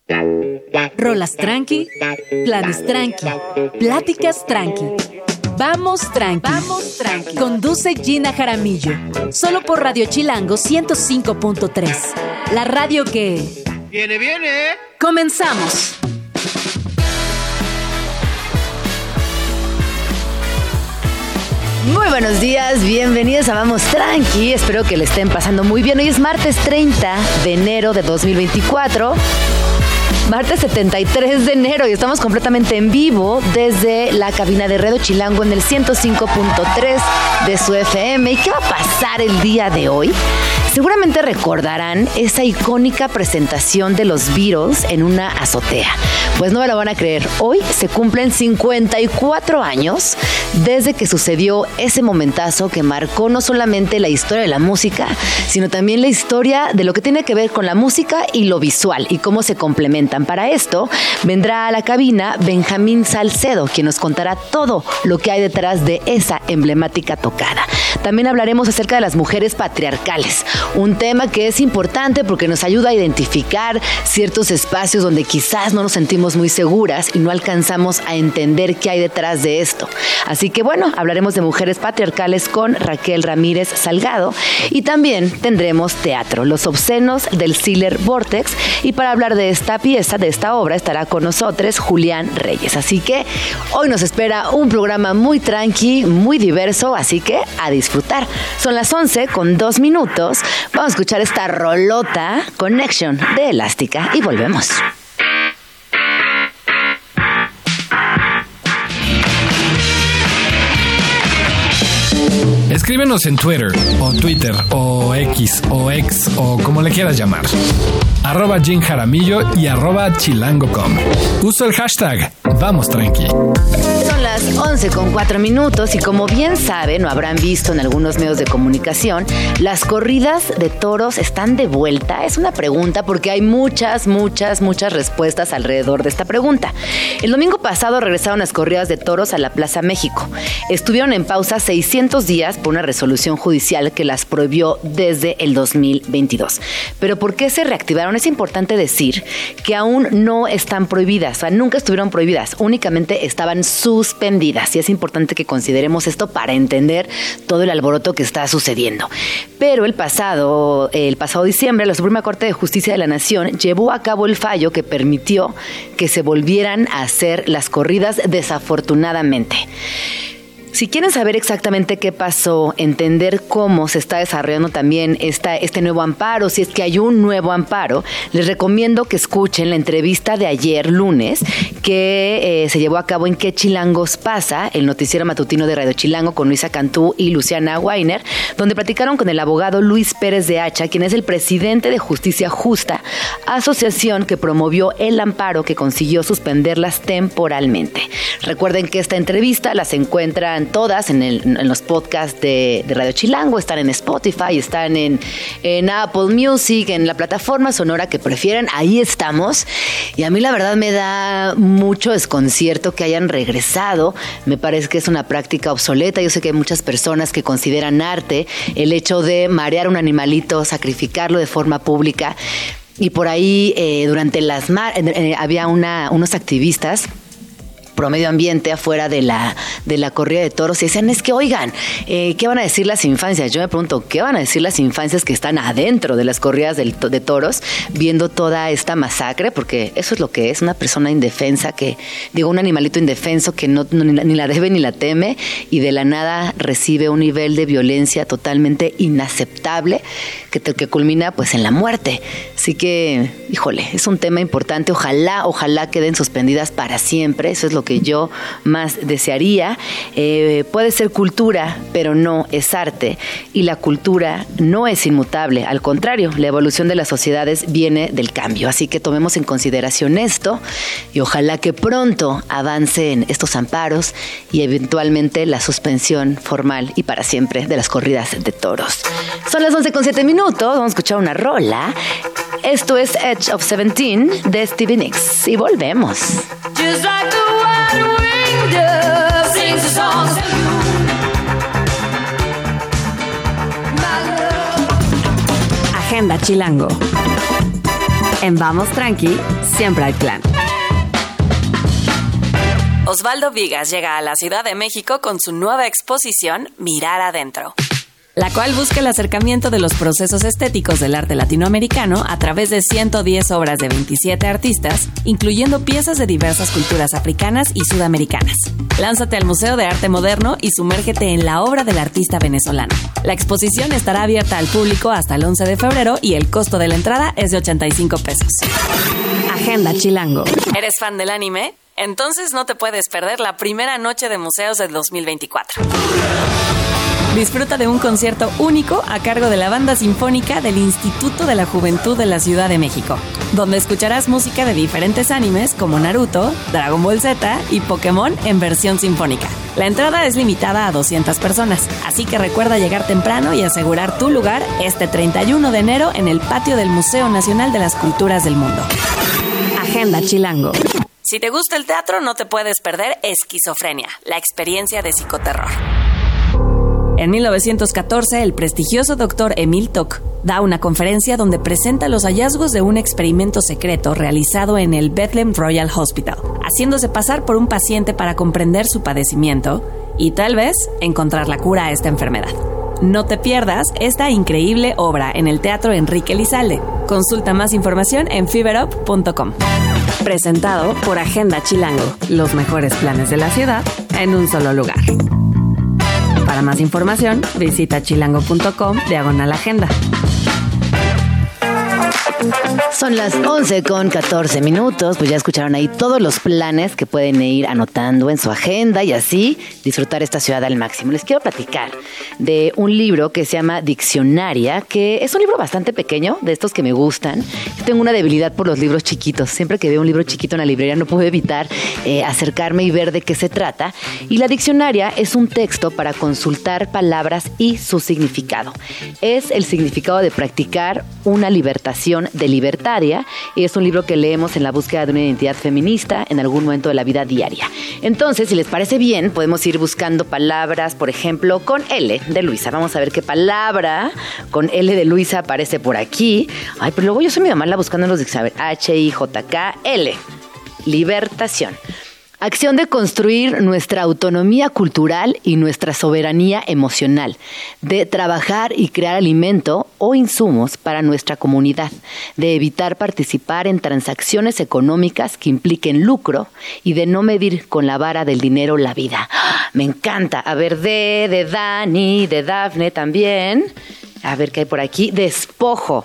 Rolas tranqui, planes tranqui, pláticas tranqui. Vamos tranqui. Vamos tranqui. Conduce Gina Jaramillo. Solo por Radio Chilango 105.3. La radio que... ¡Viene! ¡Comenzamos! Muy buenos días, bienvenidos a Vamos Tranqui. Espero que le estén pasando muy bien. Hoy es martes 30 de enero de 2024. Martes 73 de enero y estamos completamente en vivo desde la cabina de Radio Chilango en el 105.3 de su FM. ¿Y qué va a pasar el día de hoy? Seguramente recordarán esa icónica presentación de los Beatles en una azotea. Pues no me lo van a creer, hoy se cumplen 54 años desde que sucedió ese momentazo que marcó no solamente la historia de la música, sino también la historia de lo que tiene que ver con la música y lo visual y cómo se complementan. Para esto vendrá a la cabina Benjamín Salcedo, quien nos contará todo lo que hay detrás de esa emblemática tocada. También hablaremos acerca de las mujeres patriarcales, un tema que es importante porque nos ayuda a identificar ciertos espacios donde quizás no nos sentimos muy seguras y no alcanzamos a entender qué hay detrás de esto. Así que bueno, hablaremos de mujeres patriarcales con Raquel Ramírez Salgado y también tendremos teatro, Los obscenos del Schiller Vortex, y para hablar de esta pieza, de esta obra, estará con nosotros Julián Reyes. Así que hoy nos espera un programa muy tranqui, muy diverso, así que a disfrutar. Son las 11:02. Vamos a escuchar esta rolota Connection de Elástica y volvemos. Escríbenos en Twitter o X o como le quieras llamar. @Gin Jaramillo y @chilango.com. Uso el hashtag Vamos Tranqui. Son las 11:04 y como bien saben o habrán visto en algunos medios de comunicación, las corridas de toros están de vuelta. Es una pregunta porque hay muchas respuestas alrededor de esta pregunta. El domingo pasado regresaron las corridas de toros a la Plaza México. Estuvieron en pausa 600 días por una resolución judicial que las prohibió desde el 2022. Pero ¿por qué se reactivaron? Es importante decir que aún no están prohibidas, o sea, nunca estuvieron prohibidas, únicamente estaban suspendidas. Y es importante que consideremos esto para entender todo el alboroto que está sucediendo. Pero el pasado diciembre, la Suprema Corte de Justicia de la Nación llevó a cabo el fallo que permitió que se volvieran a hacer las corridas desafortunadamente. Si quieren saber exactamente qué pasó, entender cómo se está desarrollando también este nuevo amparo, si es que hay un nuevo amparo, les recomiendo que escuchen la entrevista de ayer lunes que se llevó a cabo en ¿Qué Chilangos pasa?, el noticiero matutino de Radio Chilango con Luisa Cantú y Luciana Weiner, donde platicaron con el abogado Luis Pérez de Hacha, quien es el presidente de Justicia Justa, asociación que promovió el amparo que consiguió suspenderlas temporalmente. Recuerden que esta entrevista las encuentran todas en los podcasts de Radio Chilango, están en Spotify, están en Apple Music, en la plataforma sonora que prefieran, ahí estamos. Y a mí la verdad me da mucho desconcierto que hayan regresado. Me parece que es una práctica obsoleta. Yo sé que hay muchas personas que consideran arte el hecho de marear un animalito, sacrificarlo de forma pública. Y por ahí durante había unos activistas pro medio ambiente afuera de la corrida de toros y decían, es que oigan, ¿qué van a decir las infancias? Yo me pregunto, ¿qué van a decir las infancias que están adentro de las corridas de toros viendo toda esta masacre? Porque eso es lo que es, una persona indefensa un animalito indefenso que ni la debe ni la teme y de la nada recibe un nivel de violencia totalmente inaceptable que culmina pues en la muerte. Así que, híjole, es un tema importante, ojalá queden suspendidas para siempre, eso es lo que yo más desearía. Puede ser cultura, pero no es arte, y la cultura no es inmutable, al contrario, la evolución de las sociedades viene del cambio, así que tomemos en consideración esto y ojalá que pronto avancen estos amparos y eventualmente la suspensión formal y para siempre de las corridas de toros. Son las 11:07, vamos a escuchar una rola. Esto es Edge of 17 de Stevie Nicks y volvemos. Just like the one-winged dove sings a song to you, my love. Agenda Chilango. En Vamos Tranqui, siempre hay plan. Osvaldo Vigas llega a la Ciudad de México con su nueva exposición Mirar Adentro, la cual busca el acercamiento de los procesos estéticos del arte latinoamericano a través de 110 obras de 27 artistas, incluyendo piezas de diversas culturas africanas y sudamericanas. Lánzate al Museo de Arte Moderno y sumérgete en la obra del artista venezolano. La exposición estará abierta al público hasta el 11 de febrero y el costo de la entrada es de 85 pesos. Agenda Chilango. ¿Eres fan del anime? Entonces no te puedes perder la primera noche de museos del 2024. Disfruta de un concierto único a cargo de la Banda Sinfónica del Instituto de la Juventud de la Ciudad de México, donde escucharás música de diferentes animes como Naruto, Dragon Ball Z y Pokémon en versión sinfónica. La entrada es limitada a 200 personas, así que recuerda llegar temprano y asegurar tu lugar este 31 de enero en el patio del Museo Nacional de las Culturas del Mundo. Agenda Chilango. Si te gusta el teatro, no te puedes perder Esquizofrenia, la experiencia de psicoterror. En 1914, el prestigioso doctor Emil Toc da una conferencia donde presenta los hallazgos de un experimento secreto realizado en el Bethlehem Royal Hospital, haciéndose pasar por un paciente para comprender su padecimiento y tal vez encontrar la cura a esta enfermedad. No te pierdas esta increíble obra en el Teatro Enrique Lizalde. Consulta más información en feverup.com. Presentado por Agenda Chilango, los mejores planes de la ciudad en un solo lugar. Para más información, visita chilango.com/agenda. Son las 11:14. Pues ya escucharon ahí todos los planes que pueden ir anotando en su agenda y así disfrutar esta ciudad al máximo. Les quiero platicar de un libro que se llama Diccionaria, que es un libro bastante pequeño, de estos que me gustan. Yo tengo una debilidad por los libros chiquitos. Siempre que veo un libro chiquito en la librería no puedo evitar acercarme y ver de qué se trata. Y la Diccionaria es un texto para consultar palabras y su significado. Es el significado de practicar una libertación de libertaria y es un libro que leemos en la búsqueda de una identidad feminista en algún momento de la vida diaria. Entonces, si les parece bien, podemos ir buscando palabras, por ejemplo, con L de Luisa. Vamos a ver qué palabra con L de Luisa aparece por aquí. Ay, pero luego yo soy medio mala buscando en los diccionarios. H-I-J-K-L. Libertación. Acción de construir nuestra autonomía cultural y nuestra soberanía emocional, de trabajar y crear alimento o insumos para nuestra comunidad, de evitar participar en transacciones económicas que impliquen lucro y de no medir con la vara del dinero la vida. ¡Ah! Me encanta. A ver, de Dani, de Dafne también. A ver qué hay por aquí. Despojo.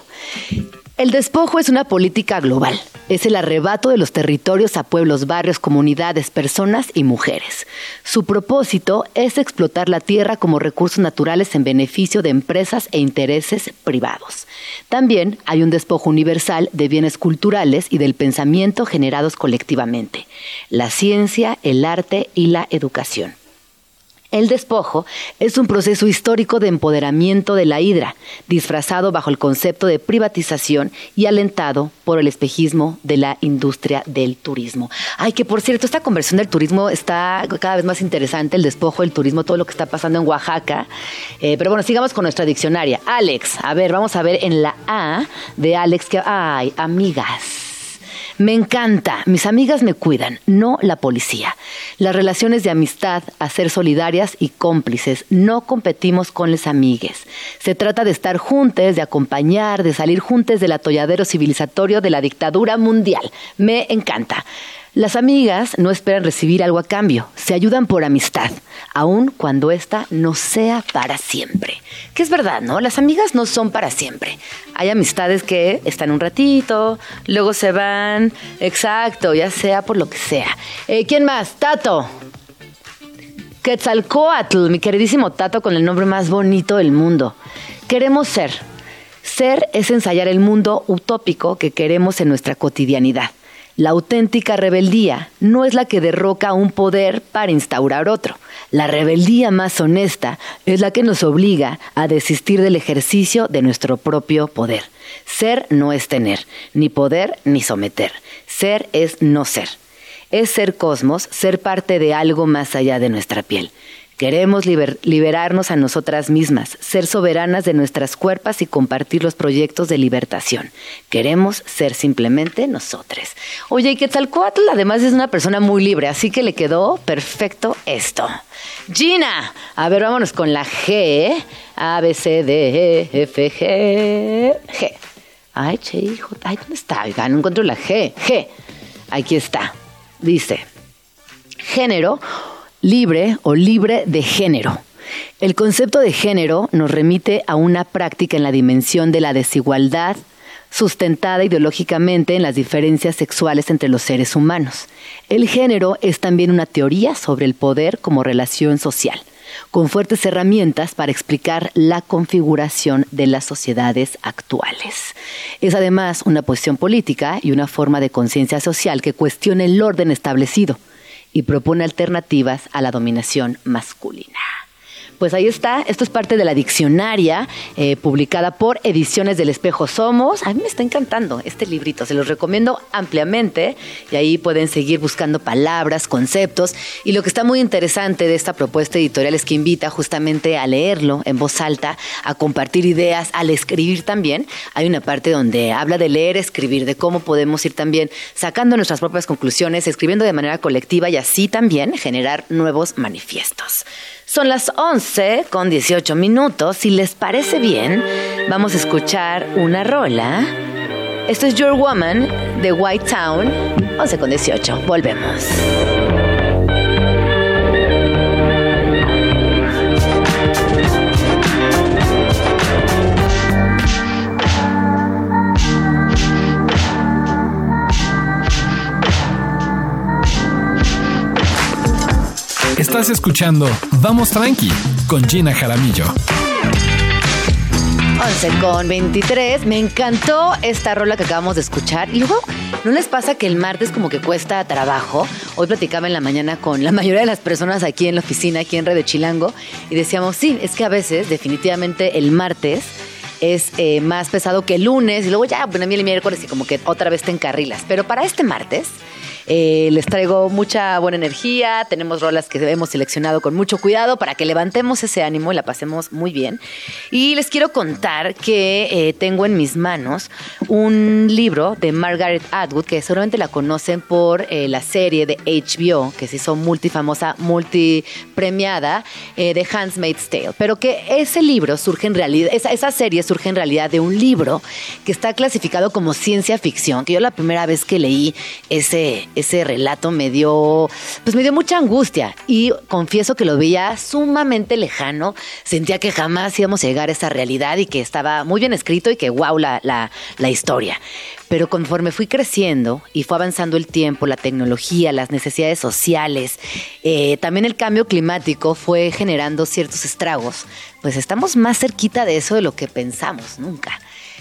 El despojo es una política global. Es el arrebato de los territorios a pueblos, barrios, comunidades, personas y mujeres. Su propósito es explotar la tierra como recursos naturales en beneficio de empresas e intereses privados. También hay un despojo universal de bienes culturales y del pensamiento generados colectivamente. La ciencia, el arte y la educación. El despojo es un proceso histórico de empoderamiento de la hidra, disfrazado bajo el concepto de privatización y alentado por el espejismo de la industria del turismo. Ay, que por cierto, esta conversión del turismo está cada vez más interesante, el despojo del turismo, todo lo que está pasando en Oaxaca. Pero bueno, sigamos con nuestra diccionaria. Alex, a ver, vamos a ver en la A de Alex que... Ay, amigas. Me encanta, mis amigas me cuidan, no la policía. Las relaciones de amistad, a ser solidarias y cómplices, no competimos con les amigues. Se trata de estar juntes, de acompañar, de salir juntos del atolladero civilizatorio de la dictadura mundial. Me encanta. Las amigas no esperan recibir algo a cambio, se ayudan por amistad, aun cuando ésta no sea para siempre. Que es verdad, ¿no? Las amigas no son para siempre. Hay amistades que están un ratito, luego se van, exacto, ya sea por lo que sea. ¿Quién más? Tato. Quetzalcóatl, mi queridísimo Tato con el nombre más bonito del mundo. Queremos ser. Ser es ensayar el mundo utópico que queremos en nuestra cotidianidad. La auténtica rebeldía no es la que derroca un poder para instaurar otro. La rebeldía más honesta es la que nos obliga a desistir del ejercicio de nuestro propio poder. Ser no es tener, ni poder ni someter. Ser es no ser. Es ser cosmos, ser parte de algo más allá de nuestra piel. Queremos liberarnos a nosotras mismas, ser soberanas de nuestras cuerpos y compartir los proyectos de libertación. Queremos ser simplemente nosotras. Oye, y Quetzalcóatl además es una persona muy libre, así que le quedó perfecto esto. Gina, a ver, vámonos con la G. A, B, C, D, E, F, G. G. Ay, che, hijo, ay, ¿dónde está? Oiga, no encuentro la G. G. Aquí está. Dice, género libre o libre de género. El concepto de género nos remite a una práctica en la dimensión de la desigualdad sustentada ideológicamente en las diferencias sexuales entre los seres humanos. El género es también una teoría sobre el poder como relación social, con fuertes herramientas para explicar la configuración de las sociedades actuales. Es además una posición política y una forma de conciencia social que cuestiona el orden establecido y propone alternativas a la dominación masculina. Pues ahí está, esto es parte de la diccionaria publicada por Ediciones del Espejo Somos. A mí me está encantando este librito, se los recomiendo ampliamente y ahí pueden seguir buscando palabras, conceptos. Y lo que está muy interesante de esta propuesta editorial es que invita justamente a leerlo en voz alta, a compartir ideas, al escribir también. Hay una parte donde habla de leer, escribir, de cómo podemos ir también sacando nuestras propias conclusiones, escribiendo de manera colectiva y así también generar nuevos manifiestos. Son las 11:18. Si les parece bien, vamos a escuchar una rola. Esto es Your Woman de White Town. 11:18. Volvemos. Estás escuchando Vamos Tranqui con Gina Jaramillo. 11:23. Me encantó esta rola que acabamos de escuchar. Y luego, ¿no les pasa que el martes como que cuesta trabajo? Hoy platicaba en la mañana con la mayoría de las personas aquí en la oficina, aquí en Radio Chilango, y decíamos, sí, es que a veces definitivamente el martes es más pesado que el lunes, y luego ya, bueno, a mí el miércoles y como que otra vez te encarrilas. Pero para este martes les traigo mucha buena energía, tenemos rolas que hemos seleccionado con mucho cuidado para que levantemos ese ánimo y la pasemos muy bien. Y les quiero contar que tengo en mis manos un libro de Margaret Atwood, que seguramente la conocen por la serie de HBO, que se hizo multifamosa, multipremiada, de Handmaid's Tale. Pero que ese libro surge en realidad, esa serie surge en realidad de un libro que está clasificado como ciencia ficción, que yo la primera vez que leí ese relato me dio mucha angustia y confieso que lo veía sumamente lejano, sentía que jamás íbamos a llegar a esa realidad y que estaba muy bien escrito y que wow la historia. Pero conforme fui creciendo y fue avanzando el tiempo, la tecnología, las necesidades sociales, también el cambio climático fue generando ciertos estragos, pues estamos más cerquita de eso de lo que pensamos nunca.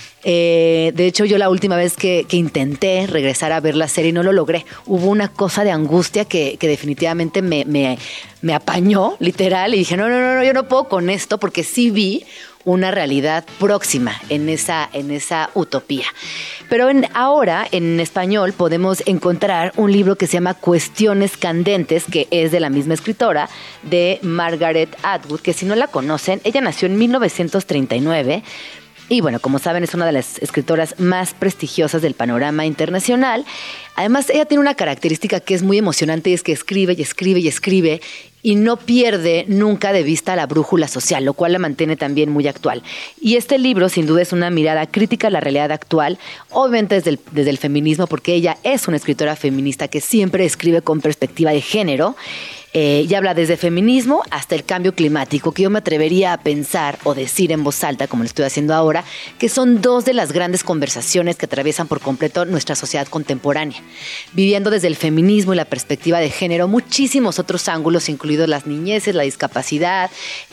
De hecho, yo la última vez que intenté regresar a ver la serie no lo logré. Hubo una cosa de angustia que definitivamente me apañó, literal, y dije, no, yo no puedo con esto, porque sí vi una realidad próxima en esa utopía. Pero ahora, en español, podemos encontrar un libro que se llama Cuestiones Candentes, que es de la misma escritora, de Margaret Atwood, que si no la conocen, ella nació en 1939, y bueno, como saben, es una de las escritoras más prestigiosas del panorama internacional. Además, ella tiene una característica que es muy emocionante y es que escribe y escribe y escribe y no pierde nunca de vista la brújula social, lo cual la mantiene también muy actual. Y este libro, sin duda, es una mirada crítica a la realidad actual, obviamente desde el feminismo, porque ella es una escritora feminista que siempre escribe con perspectiva de género. Y habla desde feminismo hasta el cambio climático, que yo me atrevería a pensar o decir en voz alta, como lo estoy haciendo ahora, que son dos de las grandes conversaciones que atraviesan por completo nuestra sociedad contemporánea. Viviendo desde el feminismo y la perspectiva de género, muchísimos otros ángulos, incluidos las niñeces, la discapacidad,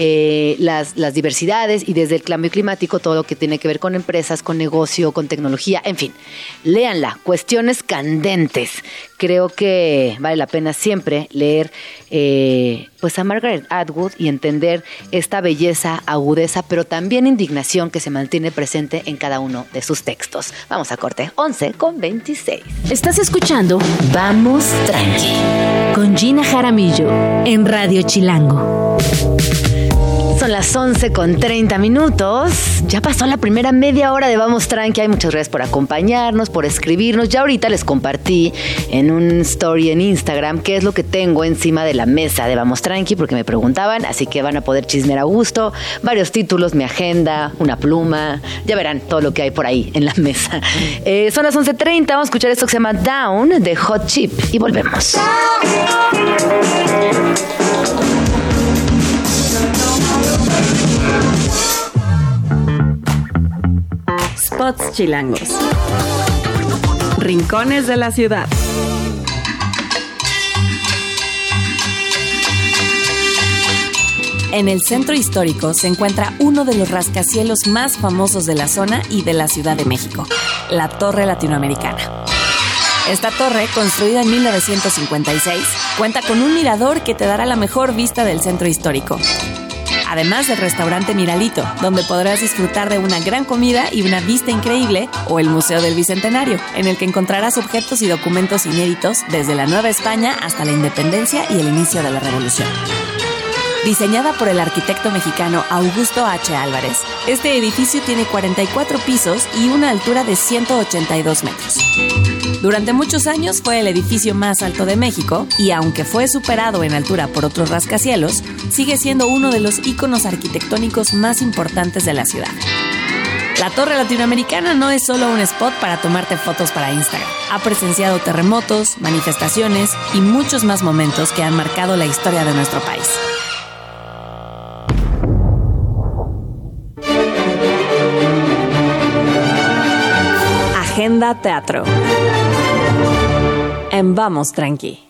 las diversidades, y desde el cambio climático, todo lo que tiene que ver con empresas, con negocio, con tecnología, en fin. Léanla, Cuestiones Candentes. Creo que vale la pena siempre leer pues a Margaret Atwood y entender esta belleza, agudeza, pero también indignación que se mantiene presente en cada uno de sus textos. Vamos a corte, 11:26. Estás escuchando Vamos Tranqui con Gina Jaramillo en Radio Chilango. Son las 11:30. Ya pasó la primera media hora de Vamos Tranqui. Hay muchas gracias por acompañarnos, por escribirnos. Ya ahorita les compartí en un story en Instagram qué es lo que tengo encima de la mesa de Vamos Tranqui, porque me preguntaban, así que van a poder chismear a gusto. Varios títulos, mi agenda, una pluma. Ya verán todo lo que hay por ahí en la mesa. Son las 11:30. Vamos a escuchar esto que se llama Down de Hot Chip y volvemos. Spots chilangos. Rincones de la ciudad. En el centro histórico se encuentra uno de los rascacielos más famosos de la zona y de la Ciudad de México, la Torre Latinoamericana. Esta torre, construida en 1956, cuenta con un mirador que te dará la mejor vista del centro histórico. Además del restaurante Miralito, donde podrás disfrutar de una gran comida y una vista increíble, o el Museo del Bicentenario, en el que encontrarás objetos y documentos inéditos desde la Nueva España hasta la independencia y el inicio de la Revolución. Diseñada por el arquitecto mexicano Augusto H. Álvarez, este edificio tiene 44 pisos y una altura de 182 metros. Durante muchos años fue el edificio más alto de México y aunque fue superado en altura por otros rascacielos, sigue siendo uno de los íconos arquitectónicos más importantes de la ciudad. La Torre Latinoamericana no es solo un spot para tomarte fotos para Instagram. Ha presenciado terremotos, manifestaciones y muchos más momentos que han marcado la historia de nuestro país. Agenda Teatro. En Vamos Tranqui.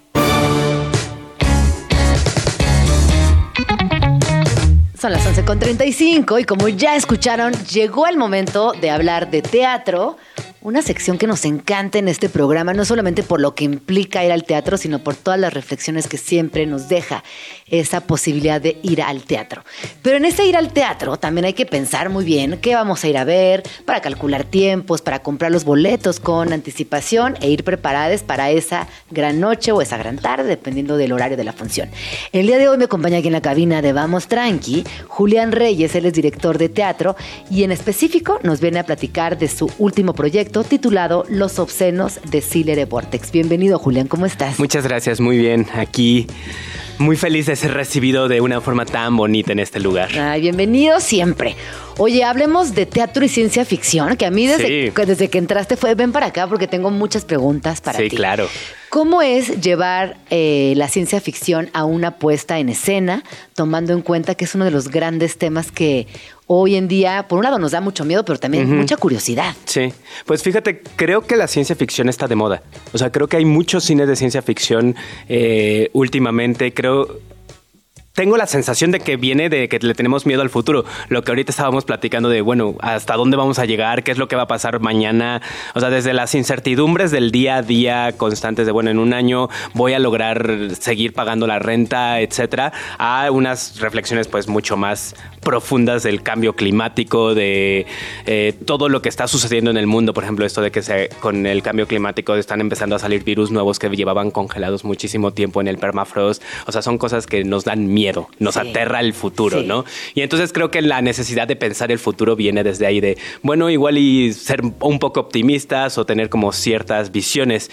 Son las 11:35 y como ya escucharon, llegó el momento de hablar de teatro. Una sección que nos encanta en este programa, no solamente por lo que implica ir al teatro, sino por todas las reflexiones que siempre nos deja esa posibilidad de ir al teatro. Pero en ese ir al teatro también hay que pensar muy bien qué vamos a ir a ver, para calcular tiempos, para comprar los boletos con anticipación e ir preparados para esa gran noche o esa gran tarde, dependiendo del horario de la función. El día de hoy me acompaña aquí en la cabina de Vamos Tranqui, Julián Reyes. Él es director de teatro y en específico nos viene a platicar de su último proyecto titulado Los Obscenos de Silere Vortex. Bienvenido, Julián, ¿cómo estás? Muchas gracias, muy bien. Aquí muy feliz de ser recibido de una forma tan bonita en este lugar. Ay, bienvenido siempre. Oye, hablemos de teatro y ciencia ficción, que a mí desde que entraste fue ven para acá porque tengo muchas preguntas para ti. Sí, claro. ¿Cómo es llevar la ciencia ficción a una puesta en escena, tomando en cuenta que es uno de los grandes temas que hoy en día, por un lado, nos da mucho miedo, pero también mucha curiosidad? Sí, pues fíjate, creo que la ciencia ficción está de moda. O sea, creo que hay muchos cines de ciencia ficción últimamente. Tengo la sensación de que viene de que le tenemos miedo al futuro. Lo que ahorita estábamos platicando de, bueno, hasta dónde vamos a llegar, qué es lo que va a pasar mañana. O sea, desde las incertidumbres del día a día constantes de, bueno, en un año voy a lograr seguir pagando la renta, etcétera, a unas reflexiones pues mucho más profundas del cambio climático, de todo lo que está sucediendo en el mundo. Por ejemplo, esto de que con el cambio climático están empezando a salir virus nuevos que llevaban congelados muchísimo tiempo en el permafrost. O sea, son cosas que nos dan miedo. Nos aterra el futuro, ¿no? Y entonces creo que la necesidad de pensar el futuro viene desde ahí de, bueno, igual y ser un poco optimistas o tener como ciertas visiones.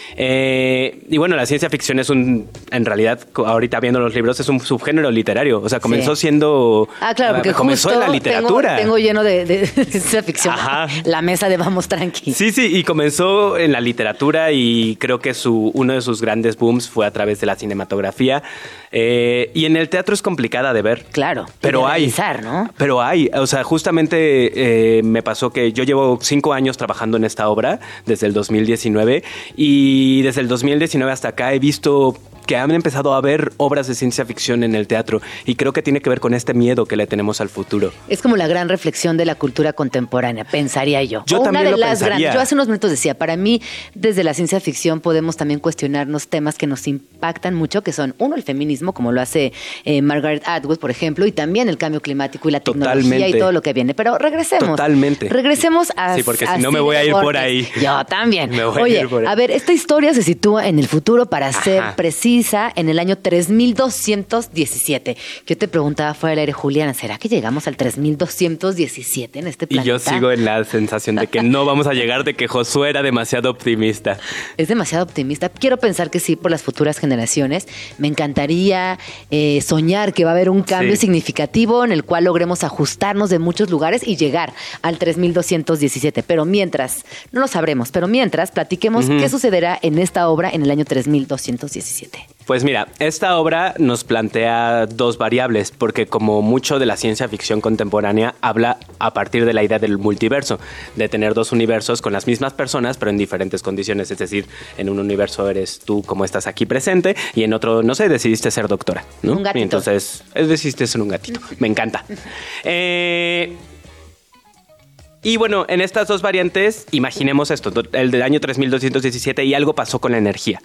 Y bueno, la ciencia ficción es en realidad, ahorita viendo los libros, es un subgénero literario. O sea, comenzó siendo... Ah, claro, porque comenzó en la literatura. Tengo lleno de ciencia ficción. Ajá. La mesa de Vamos Tranqui. Sí, y comenzó en la literatura y creo que uno de sus grandes booms fue a través de la cinematografía. Y en el teatro es complicada de ver. Claro. Pero hay. Realizar, ¿no? Pero hay. O sea, justamente me pasó que yo llevo 5 años trabajando en esta obra desde el 2019 y desde el 2019 hasta acá he visto que han empezado a ver obras de ciencia ficción en el teatro, y creo que tiene que ver con este miedo que le tenemos al futuro. Es como la gran reflexión de la cultura contemporánea, pensaría yo. Yo o también una de lo las pensaría. grandes. Yo hace unos minutos decía, para mí, desde la ciencia ficción podemos también cuestionarnos temas que nos impactan mucho, que son, uno, el feminismo, como lo hace Margaret Atwood, por ejemplo, y también el cambio climático y la tecnología Totalmente. y todo lo que viene. Pero regresemos. Totalmente. Regresemos a... Sí, porque si no me voy a ir por ahí. Yo también. Me voy a Oye, ir por ahí. a ver, esta historia se sitúa en el futuro, para ser precisa, en el año 3217. Yo te preguntaba fuera del aire, Juliana, ¿será que llegamos al 3217 en este Y planeta? yo sigo en la sensación de que no vamos a llegar, de que Josué era demasiado optimista. Es demasiado optimista. Quiero pensar que sí, por las futuras generaciones. Me encantaría soñar que va a haber un cambio Sí. significativo en el cual logremos ajustarnos de muchos lugares y llegar al 3217. Pero mientras, no lo sabremos, pero mientras, platiquemos qué sucederá en esta obra en el año 3217. Pues mira, esta obra nos plantea dos variables, porque como mucho de la ciencia ficción contemporánea habla a partir de la idea del multiverso, de tener dos universos con las mismas personas, pero en diferentes condiciones. Es decir, en un universo eres tú como estás aquí presente, y en otro, no sé, decidiste ser doctora, ¿no? Un gatito. Y entonces, decidiste ser un gatito. Me encanta. Y bueno, en estas dos variantes, imaginemos esto, el del año 3217, y algo pasó con la energía.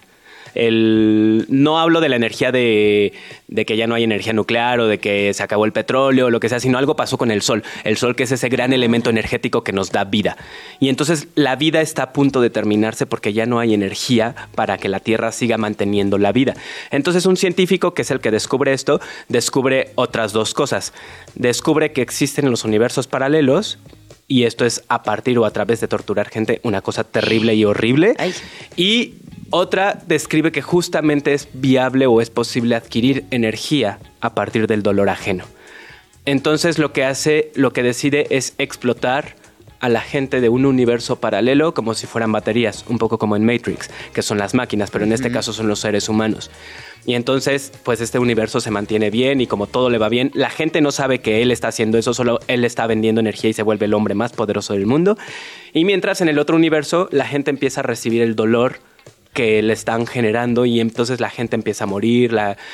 No hablo de la energía de que ya no hay energía nuclear o de que se acabó el petróleo o lo que sea, sino algo pasó con el sol, que es ese gran elemento energético que nos da vida. Y entonces la vida está a punto de terminarse porque ya no hay energía para que la Tierra siga manteniendo la vida. Entonces un científico, que es el que descubre esto, descubre otras dos cosas. Descubre que existen los universos paralelos, y esto es a partir o a través de torturar gente, una cosa terrible y horrible. Ay. Y otra describe que justamente es viable o es posible adquirir energía a partir del dolor ajeno. Entonces lo que decide es explotar a la gente de un universo paralelo como si fueran baterías, un poco como en Matrix, que son las máquinas, pero en este caso son los seres humanos. Y entonces, pues este universo se mantiene bien, y como todo le va bien, la gente no sabe que él está haciendo eso, solo él está vendiendo energía y se vuelve el hombre más poderoso del mundo. Y mientras en el otro universo la gente empieza a recibir el dolor que le están generando, y entonces la gente empieza a morir,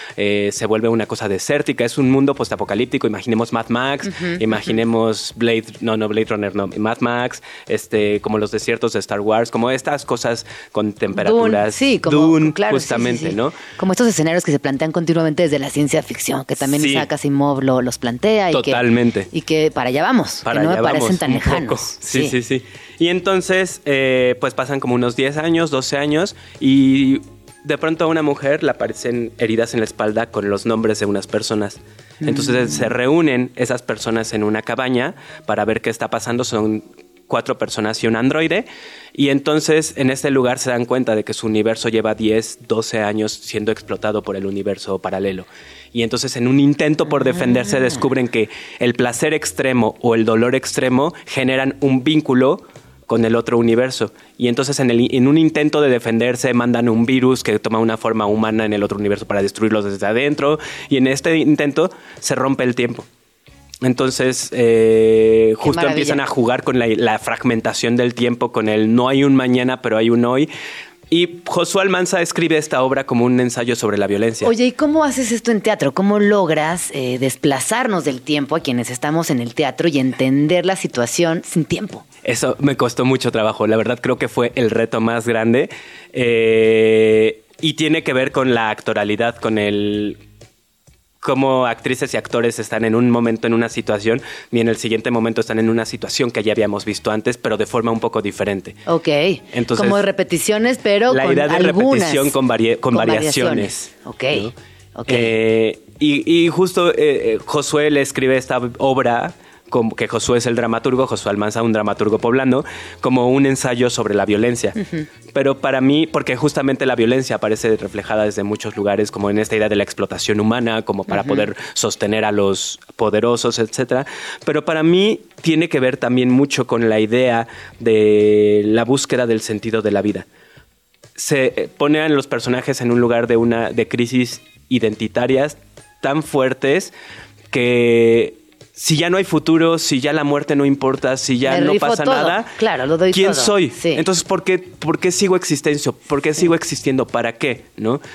se vuelve una cosa desértica. Es un mundo postapocalíptico. Imaginemos Mad Max, imaginemos Blade Runner, Mad Max, como los desiertos de Star Wars, como estas cosas con temperaturas. Dune, sí, como Dune, claro, justamente, sí. ¿no? Como estos escenarios que se plantean continuamente desde la ciencia ficción, que también Sí. Isaac Asimov los plantea. Totalmente. Y que para allá vamos, Para que no allá me parecen vamos, tan un lejanos. poco. Sí. Y entonces, pues pasan como unos 10 años, 12 años, y de pronto a una mujer le aparecen heridas en la espalda con los nombres de unas personas. Entonces se reúnen esas personas en una cabaña para ver qué está pasando. Son 4 personas y un androide. Y entonces en este lugar se dan cuenta de que su universo lleva 10, 12 años siendo explotado por el universo paralelo. Y entonces en un intento por defenderse descubren que el placer extremo o el dolor extremo generan un vínculo con el otro universo. Y entonces en un intento de defenderse mandan un virus que toma una forma humana en el otro universo para destruirlos desde adentro. Y en este intento se rompe el tiempo. Entonces justo maravilla. empiezan a jugar con la fragmentación del tiempo, con el no hay un mañana pero hay un hoy. Y Josué Almanza escribe esta obra como un ensayo sobre la violencia. Oye, ¿y cómo haces esto en teatro? ¿Cómo logras desplazarnos del tiempo a quienes estamos en el teatro y entender la situación sin tiempo? Eso me costó mucho trabajo. La verdad creo que fue el reto más grande. Y tiene que ver con la actoralidad, con cómo actrices y actores están en un momento en una situación y en el siguiente momento están en una situación que ya habíamos visto antes, pero de forma un poco diferente. Ok. Entonces, como de repeticiones, pero la con idea de algunas. repetición con variaciones. Ok. ¿No? Ok. Y justo Josué le escribe esta obra, como que Josué es el dramaturgo, Josué Almanza, un dramaturgo poblano, como un ensayo sobre la violencia. Pero para mí, porque justamente la violencia aparece reflejada desde muchos lugares, como en esta idea de la explotación humana, como para poder sostener a los poderosos, etcétera. Pero para mí tiene que ver también mucho con la idea de la búsqueda del sentido de la vida. Se pone a los personajes en un lugar de crisis identitarias tan fuertes que si ya no hay futuro, si ya la muerte no importa, si ya no pasa todo. nada, Claro, lo doy ¿quién todo. soy? Sí. Entonces, ¿por qué sigo existiendo? ¿Por qué sigo existiendo? ¿Para qué? ¿No?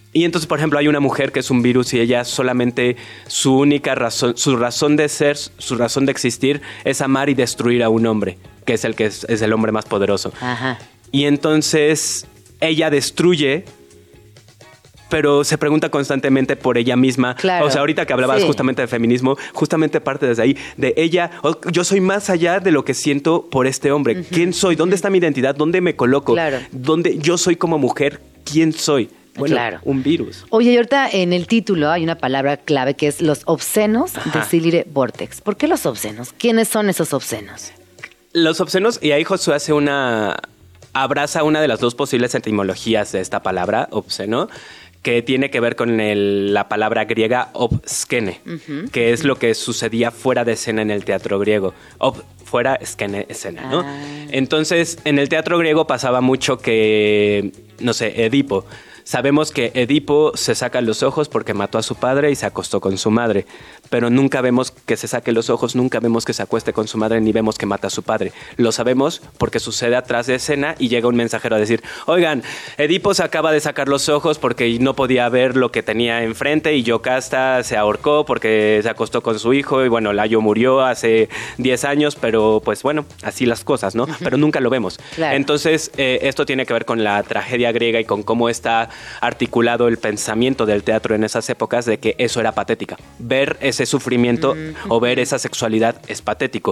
Y entonces, por ejemplo, hay una mujer que es un virus y ella solamente su única razón, su razón de ser, su razón de existir es amar y destruir a un hombre, que es el hombre más poderoso. Ajá. Y entonces ella destruye, pero se pregunta constantemente por ella misma. Claro. O sea, ahorita que hablabas justamente de feminismo, justamente parte desde ahí, de ella, yo soy más allá de lo que siento por este hombre. ¿Quién soy? ¿Dónde está mi identidad? ¿Dónde me coloco? Claro. ¿Dónde yo soy como mujer? ¿Quién soy? Bueno, Claro. un virus. Oye, y ahorita en el título hay una palabra clave que es los obscenos de Silire Vortex. ¿Por qué los obscenos? ¿Quiénes son esos obscenos? Los obscenos, y ahí Josué abraza una de las dos posibles etimologías de esta palabra, obsceno, que tiene que ver con la palabra griega obskene, que es lo que sucedía fuera de escena en el teatro griego. Fuera, skene, escena, ¿no? Entonces, en el teatro griego pasaba mucho que, no sé, Edipo. Sabemos que Edipo se saca los ojos porque mató a su padre y se acostó con su madre, pero nunca vemos que se saque los ojos, nunca vemos que se acueste con su madre, ni vemos que mata a su padre. Lo sabemos porque sucede atrás de escena y llega un mensajero a decir, oigan, Edipo se acaba de sacar los ojos porque no podía ver lo que tenía enfrente y Yocasta se ahorcó porque se acostó con su hijo y bueno, Layo murió hace 10 años, pero pues bueno, así las cosas, ¿no? Pero nunca lo vemos. Claro. Entonces, esto tiene que ver con la tragedia griega y con cómo está articulado el pensamiento del teatro en esas épocas de que eso era patética. Ver ese sufrimiento o ver esa sexualidad es patético.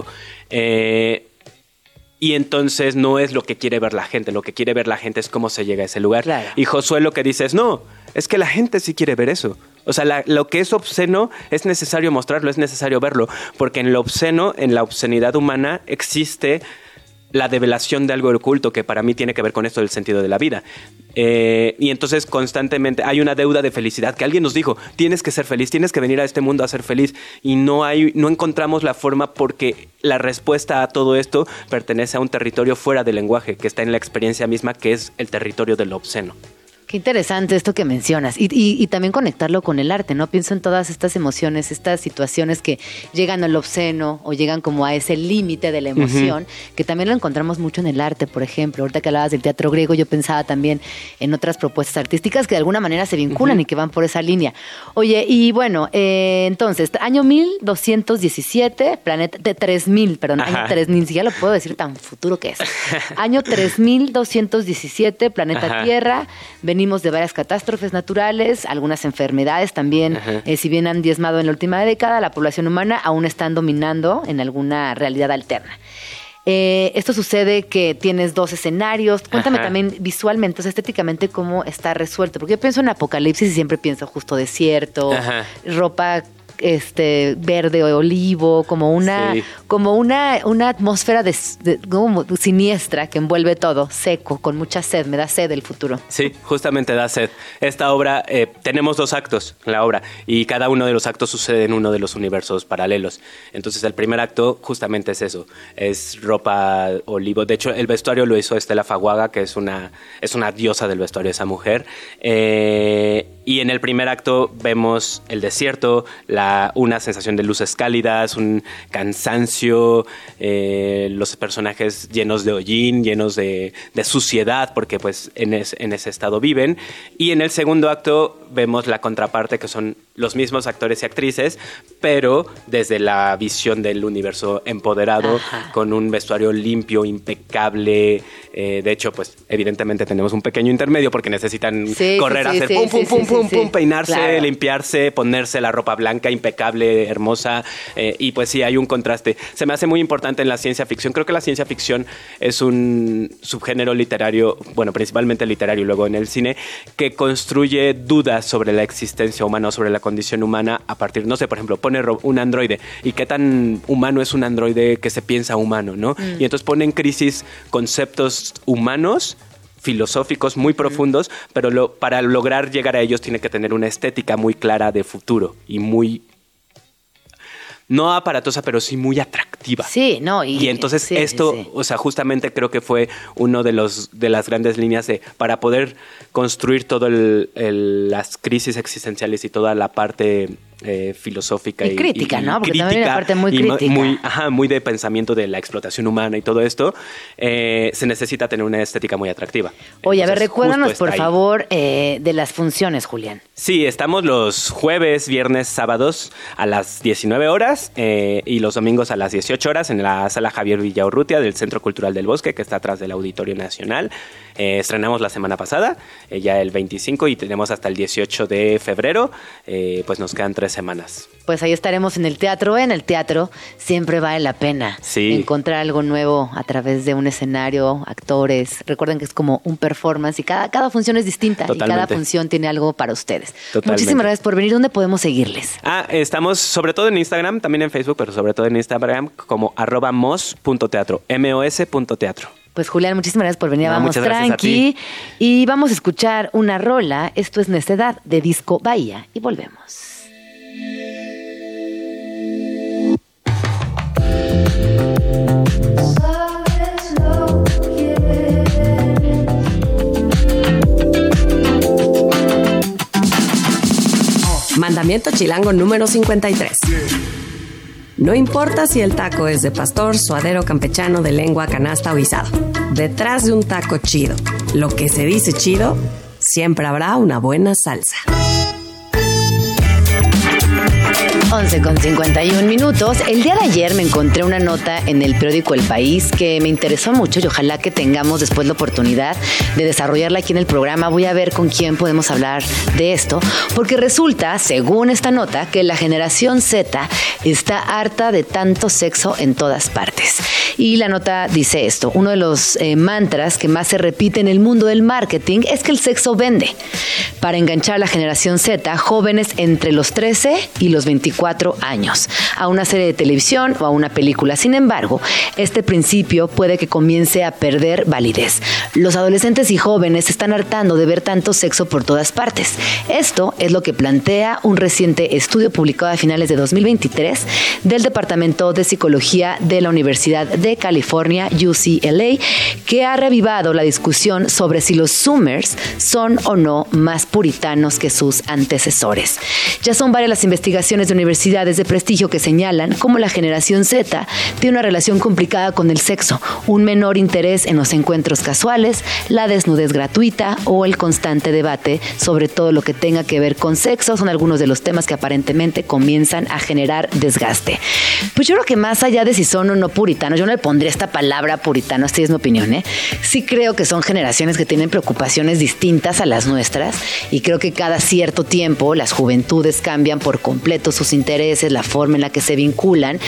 Y entonces no es lo que quiere ver la gente. Lo que quiere ver la gente es cómo se llega a ese lugar. Claro. Y Josué lo que dice es, no, es que la gente sí quiere ver eso. O sea, lo que es obsceno es necesario mostrarlo, es necesario verlo. Porque en lo obsceno, en la obscenidad humana, existe la develación de algo oculto que para mí tiene que ver con esto del sentido de la vida. Y entonces constantemente hay una deuda de felicidad que alguien nos dijo, tienes que ser feliz, tienes que venir a este mundo a ser feliz y no encontramos la forma porque la respuesta a todo esto pertenece a un territorio fuera del lenguaje que está en la experiencia misma que es el territorio del obsceno. Qué interesante esto que mencionas y también conectarlo con el arte, ¿no? Pienso en todas estas emociones, estas situaciones que llegan al obsceno o llegan como a ese límite de la emoción, que también lo encontramos mucho en el arte, por ejemplo. Ahorita que hablabas del teatro griego, yo pensaba también en otras propuestas artísticas que de alguna manera se vinculan y que van por esa línea. Oye, y bueno, entonces, año 1217, planeta de 3000, perdón, año 3000, si ya lo puedo decir tan futuro que es. Año 3217, planeta Tierra. Venimos de varias catástrofes naturales, algunas enfermedades también, si bien han diezmado en la última década, la población humana aún están dominando en alguna realidad alterna. Esto sucede que tienes dos escenarios. Cuéntame también visualmente, o sea, estéticamente, cómo está resuelto. Porque yo pienso en Apocalipsis y siempre pienso justo desierto, ropa verde o olivo, como una atmósfera como siniestra que envuelve todo, seco, con mucha sed. Me da sed el futuro. Sí, justamente da sed. Esta obra, tenemos 2 actos en la obra y cada uno de los actos sucede en uno de los universos paralelos. Entonces el primer acto justamente es eso, es ropa olivo. De hecho, el vestuario lo hizo Estela Faguaga, que es una diosa del vestuario, esa mujer. Y en el primer acto vemos el desierto, una sensación de luces cálidas, un cansancio, los personajes llenos de hollín, llenos de suciedad, porque pues en ese estado viven. Y en el segundo acto vemos la contraparte, que son los mismos actores y actrices, pero desde la visión del universo empoderado, con un vestuario limpio, impecable. De hecho, pues evidentemente tenemos un pequeño intermedio porque necesitan correr, hacer pum, peinarse, claro, limpiarse, ponerse la ropa blanca impecable, hermosa, y pues sí, hay un contraste. Se me hace muy importante en la ciencia ficción. Creo que la ciencia ficción es un subgénero literario, bueno, principalmente literario y luego en el cine, que construye dudas sobre la existencia humana o sobre la condición humana a partir, no sé, por ejemplo, pone un androide y qué tan humano es un androide que se piensa humano, ¿no? Y entonces pone en crisis conceptos humanos, filosóficos muy profundos, pero para lograr llegar a ellos tiene que tener una estética muy clara de futuro y muy, no aparatosa, pero sí muy atractiva. Sí, no. Y entonces o sea, justamente creo que fue uno de las grandes líneas para poder construir todo las crisis existenciales y toda la parte filosófica y crítica, ¿no? Porque crítica, también hay una parte muy crítica. Muy de pensamiento de la explotación humana y todo esto, se necesita tener una estética muy atractiva. Oye, a ver, Entonces, recuérdanos, justo por está ahí. favor, de las funciones, Julián. Sí, estamos los jueves, viernes, sábados a las 19 horas y los domingos a las 18 horas en la sala Javier Villaurrutia del Centro Cultural del Bosque, que está atrás del Auditorio Nacional. Estrenamos la semana pasada, ya el 25, y tenemos hasta el 18 de febrero, pues nos quedan 3 semanas. Pues ahí estaremos en el teatro. En el teatro siempre vale la pena encontrar algo nuevo a través de un escenario, actores. Recuerden que es como un performance y cada función es distinta. Totalmente. Y cada función tiene algo para ustedes. Totalmente. Muchísimas gracias por venir. ¿Dónde podemos seguirles? Estamos sobre todo en Instagram, también en Facebook, pero sobre todo en Instagram como @mos.teatro, mos.teatro. Pues Julián, muchísimas gracias por venir a No, Vamos muchas gracias a Tranqui. ti. Y vamos a escuchar una rola. Esto es Necedad de Disco Bahía. Y volvemos. Mandamiento chilango número 53. No importa si el taco es de pastor, suadero, campechano, de lengua, canasta o guisado. Detrás de un taco chido, lo que se dice chido, siempre habrá una buena salsa. 11:51. El día de ayer me encontré una nota en el periódico El País que me interesó mucho y ojalá que tengamos después la oportunidad de desarrollarla aquí en el programa. Voy a ver con quién podemos hablar de esto, porque resulta, según esta nota, que la generación Z está harta de tanto sexo en todas partes. Y la nota dice esto: uno de los mantras que más se repite en el mundo del marketing es que el sexo vende. Para enganchar a la generación Z, jóvenes entre los 13 y los 24 años, a una serie de televisión o a una película. Sin embargo, este principio puede que comience a perder validez. Los adolescentes y jóvenes se están hartando de ver tanto sexo por todas partes. Esto es lo que plantea un reciente estudio publicado a finales de 2023 del Departamento de Psicología de la Universidad de California, UCLA, que ha reavivado la discusión sobre si los Zoomers son o no más puritanos que sus antecesores. Ya son varias las investigaciones de universidades de prestigio que señalan cómo la generación Z tiene una relación complicada con el sexo, un menor interés en los encuentros casuales, la desnudez gratuita o el constante debate sobre todo lo que tenga que ver con sexo. Son algunos de los temas que aparentemente comienzan a generar desgaste. Pues yo creo que más allá de si son o no puritanos, yo no le pondría esta palabra puritano, esta es mi opinión, Sí creo que son generaciones que tienen preocupaciones distintas a las nuestras y creo que cada cierto tiempo las juventudes cambian por completo sus intereses, la forma en la que se vinculan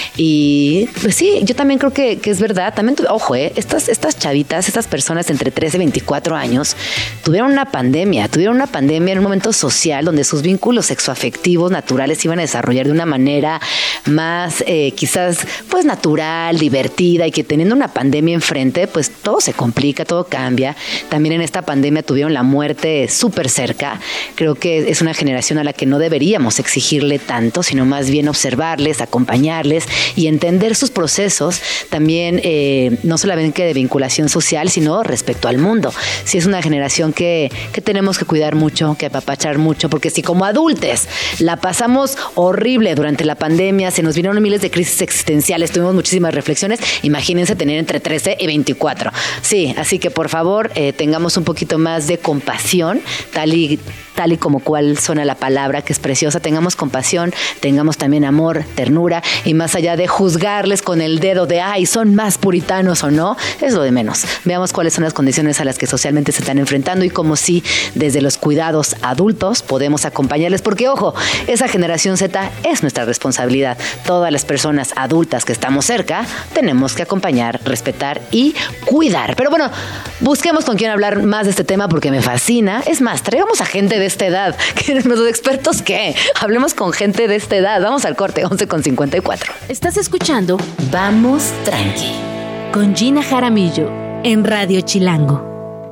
y pues sí, yo también creo que es verdad. También, ojo, estas chavitas, estas personas entre 13 y 24 años tuvieron una pandemia en un momento social donde sus vínculos sexoafectivos naturales se iban a desarrollar de una manera más quizás pues natural, divertida, y que teniendo una pandemia enfrente pues todo se complica, todo cambia. También en esta pandemia tuvieron la muerte súper cerca. Creo que es una generación a la que no deberíamos exigirle tanto, sino más bien observarles, acompañarles y entender sus procesos también, no solamente de vinculación social, sino respecto al mundo. Sí, es una generación que tenemos que cuidar mucho, que apapachar mucho, porque si como adultos la pasamos horrible durante la pandemia, se nos vinieron miles de crisis existenciales, tuvimos muchísimas reflexiones, imagínense tener entre 13 y 24. Sí, así que por favor tengamos un poquito más de compasión, tal y como cual suena la palabra, que es preciosa. Tengamos compasión, tengamos también amor, ternura, y más allá de juzgarles con el dedo de ay, son más puritanos o no, es lo de menos. Veamos cuáles son las condiciones a las que socialmente se están enfrentando y cómo sí, desde los cuidados adultos podemos acompañarles, porque ojo, esa generación Z es nuestra responsabilidad. Todas las personas adultas que estamos cerca tenemos que acompañar, respetar y cuidar. Pero bueno, busquemos con quién hablar más de este tema porque me fascina. Es más, traigamos a gente de esta edad. ¿Los expertos qué? Hablemos con gente de esta edad. Vamos al corte, 11:54. Estás escuchando Vamos Tranqui con Gina Jaramillo en Radio Chilango.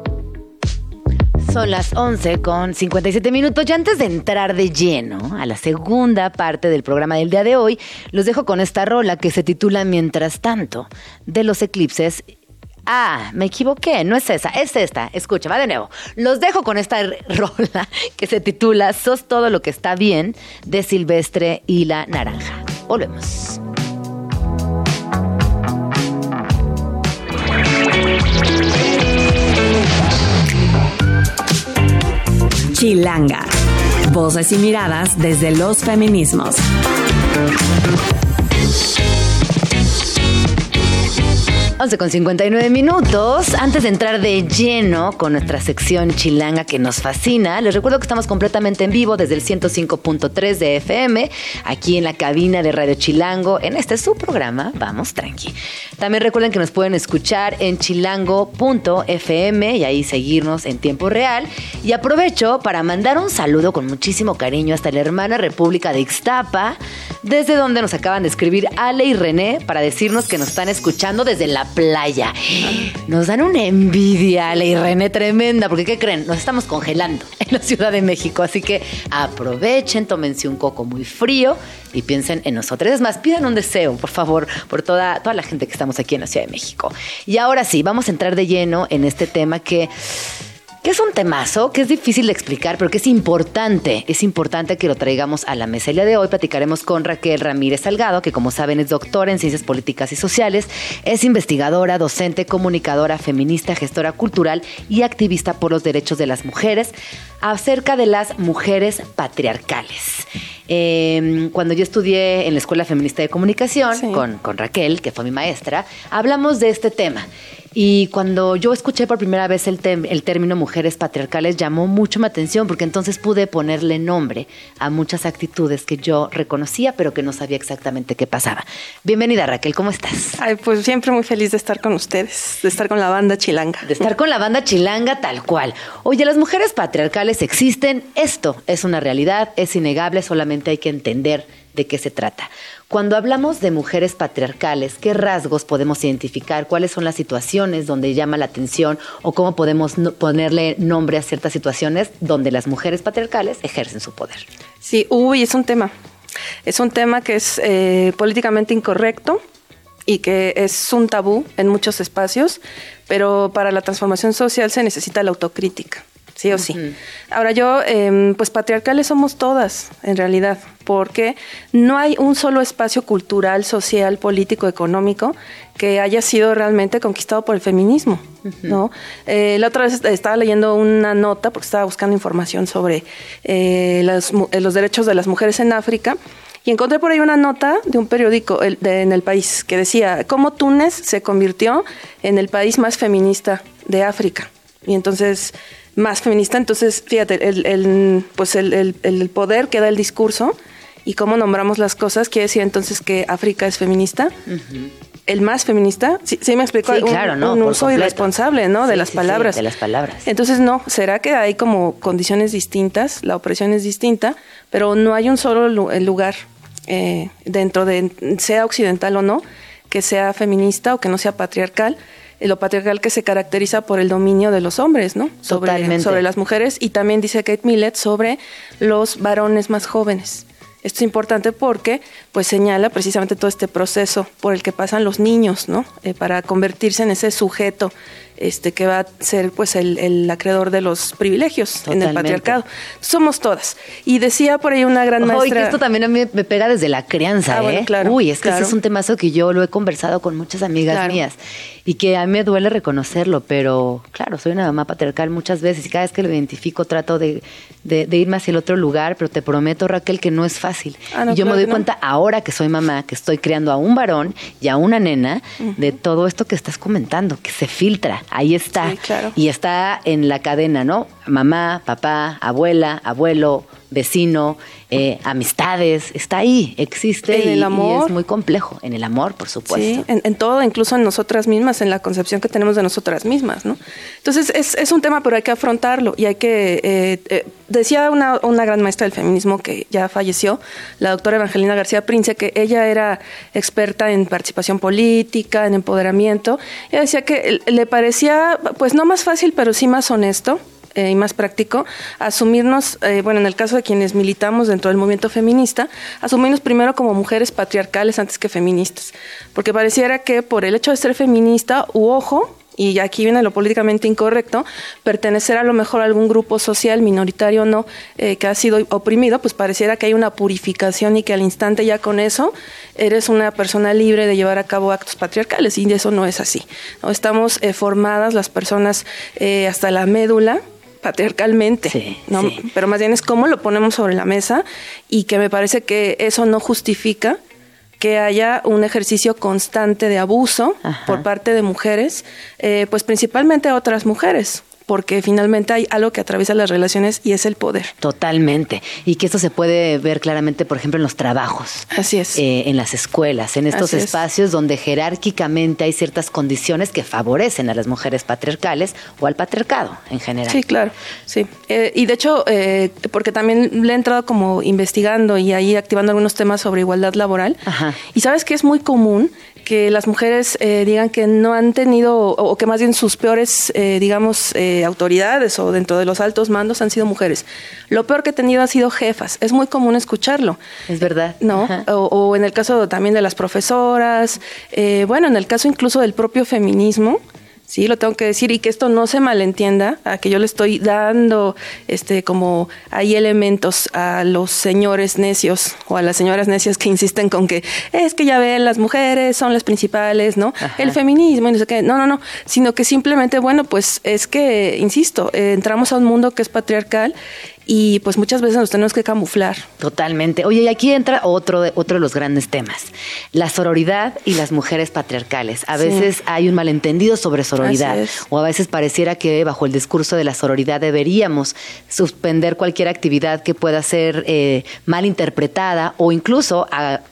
Son las 11:57. Ya antes de entrar de lleno a la segunda parte del programa del día de hoy, los dejo con esta rola que se titula Mientras tanto, de Los Eclipses, Ah, me equivoqué, no es esa, es esta. Escucha, va de nuevo. Los dejo con esta rola que se titula Sos todo lo que está bien, de Silvestre y la Naranja. Volvemos. Chilanga. Voces y miradas desde los feminismos. Con 59 minutos. Antes de entrar de lleno con nuestra sección chilanga que nos fascina, les recuerdo que estamos completamente en vivo desde el 105.3 de FM, aquí en la cabina de Radio Chilango, en este su programa, Vamos Tranqui. También recuerden que nos pueden escuchar en chilango.fm y ahí seguirnos en tiempo real. Y aprovecho para mandar un saludo con muchísimo cariño hasta la hermana República de Ixtapa, desde donde nos acaban de escribir Ale y René para decirnos que nos están escuchando desde la playa. Nos dan una envidia, Ale y René, tremenda, porque ¿qué creen? Nos estamos congelando en la Ciudad de México, así que aprovechen, tómense un coco muy frío y piensen en nosotros. Es más, pidan un deseo, por favor, por toda la gente que estamos aquí en la Ciudad de México. Y ahora sí, vamos a entrar de lleno en este tema que es un temazo, que es difícil de explicar, pero que es importante que lo traigamos a la mesa. El día de hoy platicaremos con Raquel Ramírez Salgado, que como saben es doctora en Ciencias Políticas y Sociales, es investigadora, docente, comunicadora, feminista, gestora cultural y activista por los derechos de las mujeres, acerca de las mujeres patriarcales. Cuando yo estudié en la Escuela Feminista de Comunicación, sí, con Raquel, que fue mi maestra, hablamos de este tema. Y cuando yo escuché por primera vez el término mujeres patriarcales, llamó mucho mi atención, porque entonces pude ponerle nombre a muchas actitudes que yo reconocía, pero que no sabía exactamente qué pasaba. Bienvenida, Raquel, ¿cómo estás? Ay, pues siempre muy feliz de estar con ustedes, de estar con la banda chilanga. De estar con la banda chilanga tal cual. Oye, las mujeres patriarcales existen, esto es una realidad, es innegable, solamente hay que entender de qué se trata. Cuando hablamos de mujeres patriarcales, ¿qué rasgos podemos identificar? ¿Cuáles son las situaciones donde llama la atención o cómo podemos ponerle nombre a ciertas situaciones donde las mujeres patriarcales ejercen su poder? Sí, es un tema. Es un tema que es políticamente incorrecto y que es un tabú en muchos espacios, pero para la transformación social se necesita la autocrítica. Sí o sí. Ahora pues patriarcales somos todas, en realidad, porque no hay un solo espacio cultural, social, político, económico que haya sido realmente conquistado por el feminismo, ¿no? La otra vez estaba leyendo una nota, porque estaba buscando información sobre los derechos de las mujeres en África, y encontré por ahí una nota de un periódico en El País que decía cómo Túnez se convirtió en el país más feminista de África. Y entonces más feminista, entonces fíjate, el poder que da el discurso y cómo nombramos las cosas quiere decir entonces que África es feminista. El más feminista, sí me explicó, sí, claro, un uso irresponsable, ¿no? De las palabras. Sí, de las palabras. Entonces no, será que hay como condiciones distintas, la opresión es distinta, pero no hay un solo lugar dentro de, sea occidental o no, que sea feminista o que no sea patriarcal. Lo patriarcal que se caracteriza por el dominio de los hombres, ¿no? Sobre las mujeres, y también dice Kate Millett sobre los varones más jóvenes. Esto es importante porque pues señala precisamente todo este proceso por el que pasan los niños, ¿no? Para convertirse en ese sujeto que va a ser pues el acreedor de los privilegios. Totalmente. En el patriarcado. Somos todas. Y decía por ahí una gran maestra... Y que esto también a mí me pega desde la crianza, bueno, claro, Uy, es que ese es un temazo que yo lo he conversado con muchas amigas mías y que a mí me duele reconocerlo, pero claro, soy una mamá patriarcal muchas veces y cada vez que lo identifico trato de irme hacia el otro lugar, pero te prometo, Raquel, que no es fácil. Y yo me doy cuenta ahora que soy mamá, que estoy criando a un varón y a una nena, de todo esto que estás comentando, que se filtra. Ahí está. Sí, claro. Y está en la cadena, ¿no? Mamá, papá, abuela, abuelo, vecino, amistades, está ahí, existe. En el amor. Y es muy complejo. En el amor, por supuesto. Sí, en todo, incluso en nosotras mismas, en la concepción que tenemos de nosotras mismas, ¿no? Entonces es un tema, pero hay que afrontarlo y hay que... decía una gran maestra del feminismo que ya falleció, la doctora Evangelina García Prince, que ella era experta en participación política, en empoderamiento. Ella decía que le parecía, pues no más fácil, pero sí más honesto y más práctico, asumirnos, en el caso de quienes militamos dentro del movimiento feminista, asumirnos primero como mujeres patriarcales antes que feministas. Porque pareciera que por el hecho de ser feminista, ojo, y aquí viene lo políticamente incorrecto, pertenecer a lo mejor a algún grupo social, minoritario o no, que ha sido oprimido, pues pareciera que hay una purificación y que al instante ya con eso eres una persona libre de llevar a cabo actos patriarcales, y eso no es así, ¿no? Estamos formadas las personas hasta la médula patriarcalmente, Sí, ¿no? sí. Pero más bien es cómo lo ponemos sobre la mesa, y que me parece que eso no justifica que haya un ejercicio constante de abuso Ajá. por parte de mujeres, pues principalmente a otras mujeres, porque finalmente hay algo que atraviesa las relaciones y es el poder. Totalmente. Y que esto se puede ver claramente, por ejemplo, en los trabajos. Así es. En las escuelas, en estos Así es. espacios donde jerárquicamente hay ciertas condiciones que favorecen a las mujeres patriarcales o al patriarcado en general. Sí, claro, sí. Y de hecho, porque también le he entrado como investigando y ahí activando algunos temas sobre igualdad laboral. Ajá. Y sabes que es muy común que las mujeres digan que no han tenido, o que más bien sus peores, digamos, autoridades o dentro de los altos mandos han sido mujeres. Lo peor que he tenido ha sido jefas. Es muy común escucharlo. Es verdad. ¿No? Ajá. O en el caso también de las profesoras, bueno, en el caso incluso del propio feminismo, sí, lo tengo que decir, y que esto no se malentienda, a que yo le estoy dando como hay elementos a los señores necios o a las señoras necias que insisten con que es que ya ven, las mujeres son las principales, ¿no? Ajá. El feminismo y no sé qué. No, sino que simplemente, bueno, pues es que, insisto, entramos a un mundo que es patriarcal y pues muchas veces nos tenemos que camuflar. Totalmente. Oye, y aquí entra otro de los grandes temas, la sororidad y las mujeres patriarcales. A Sí. veces hay un malentendido sobre sororidad, Así es. o a veces pareciera que bajo el discurso de la sororidad deberíamos suspender cualquier actividad que pueda ser mal interpretada o incluso,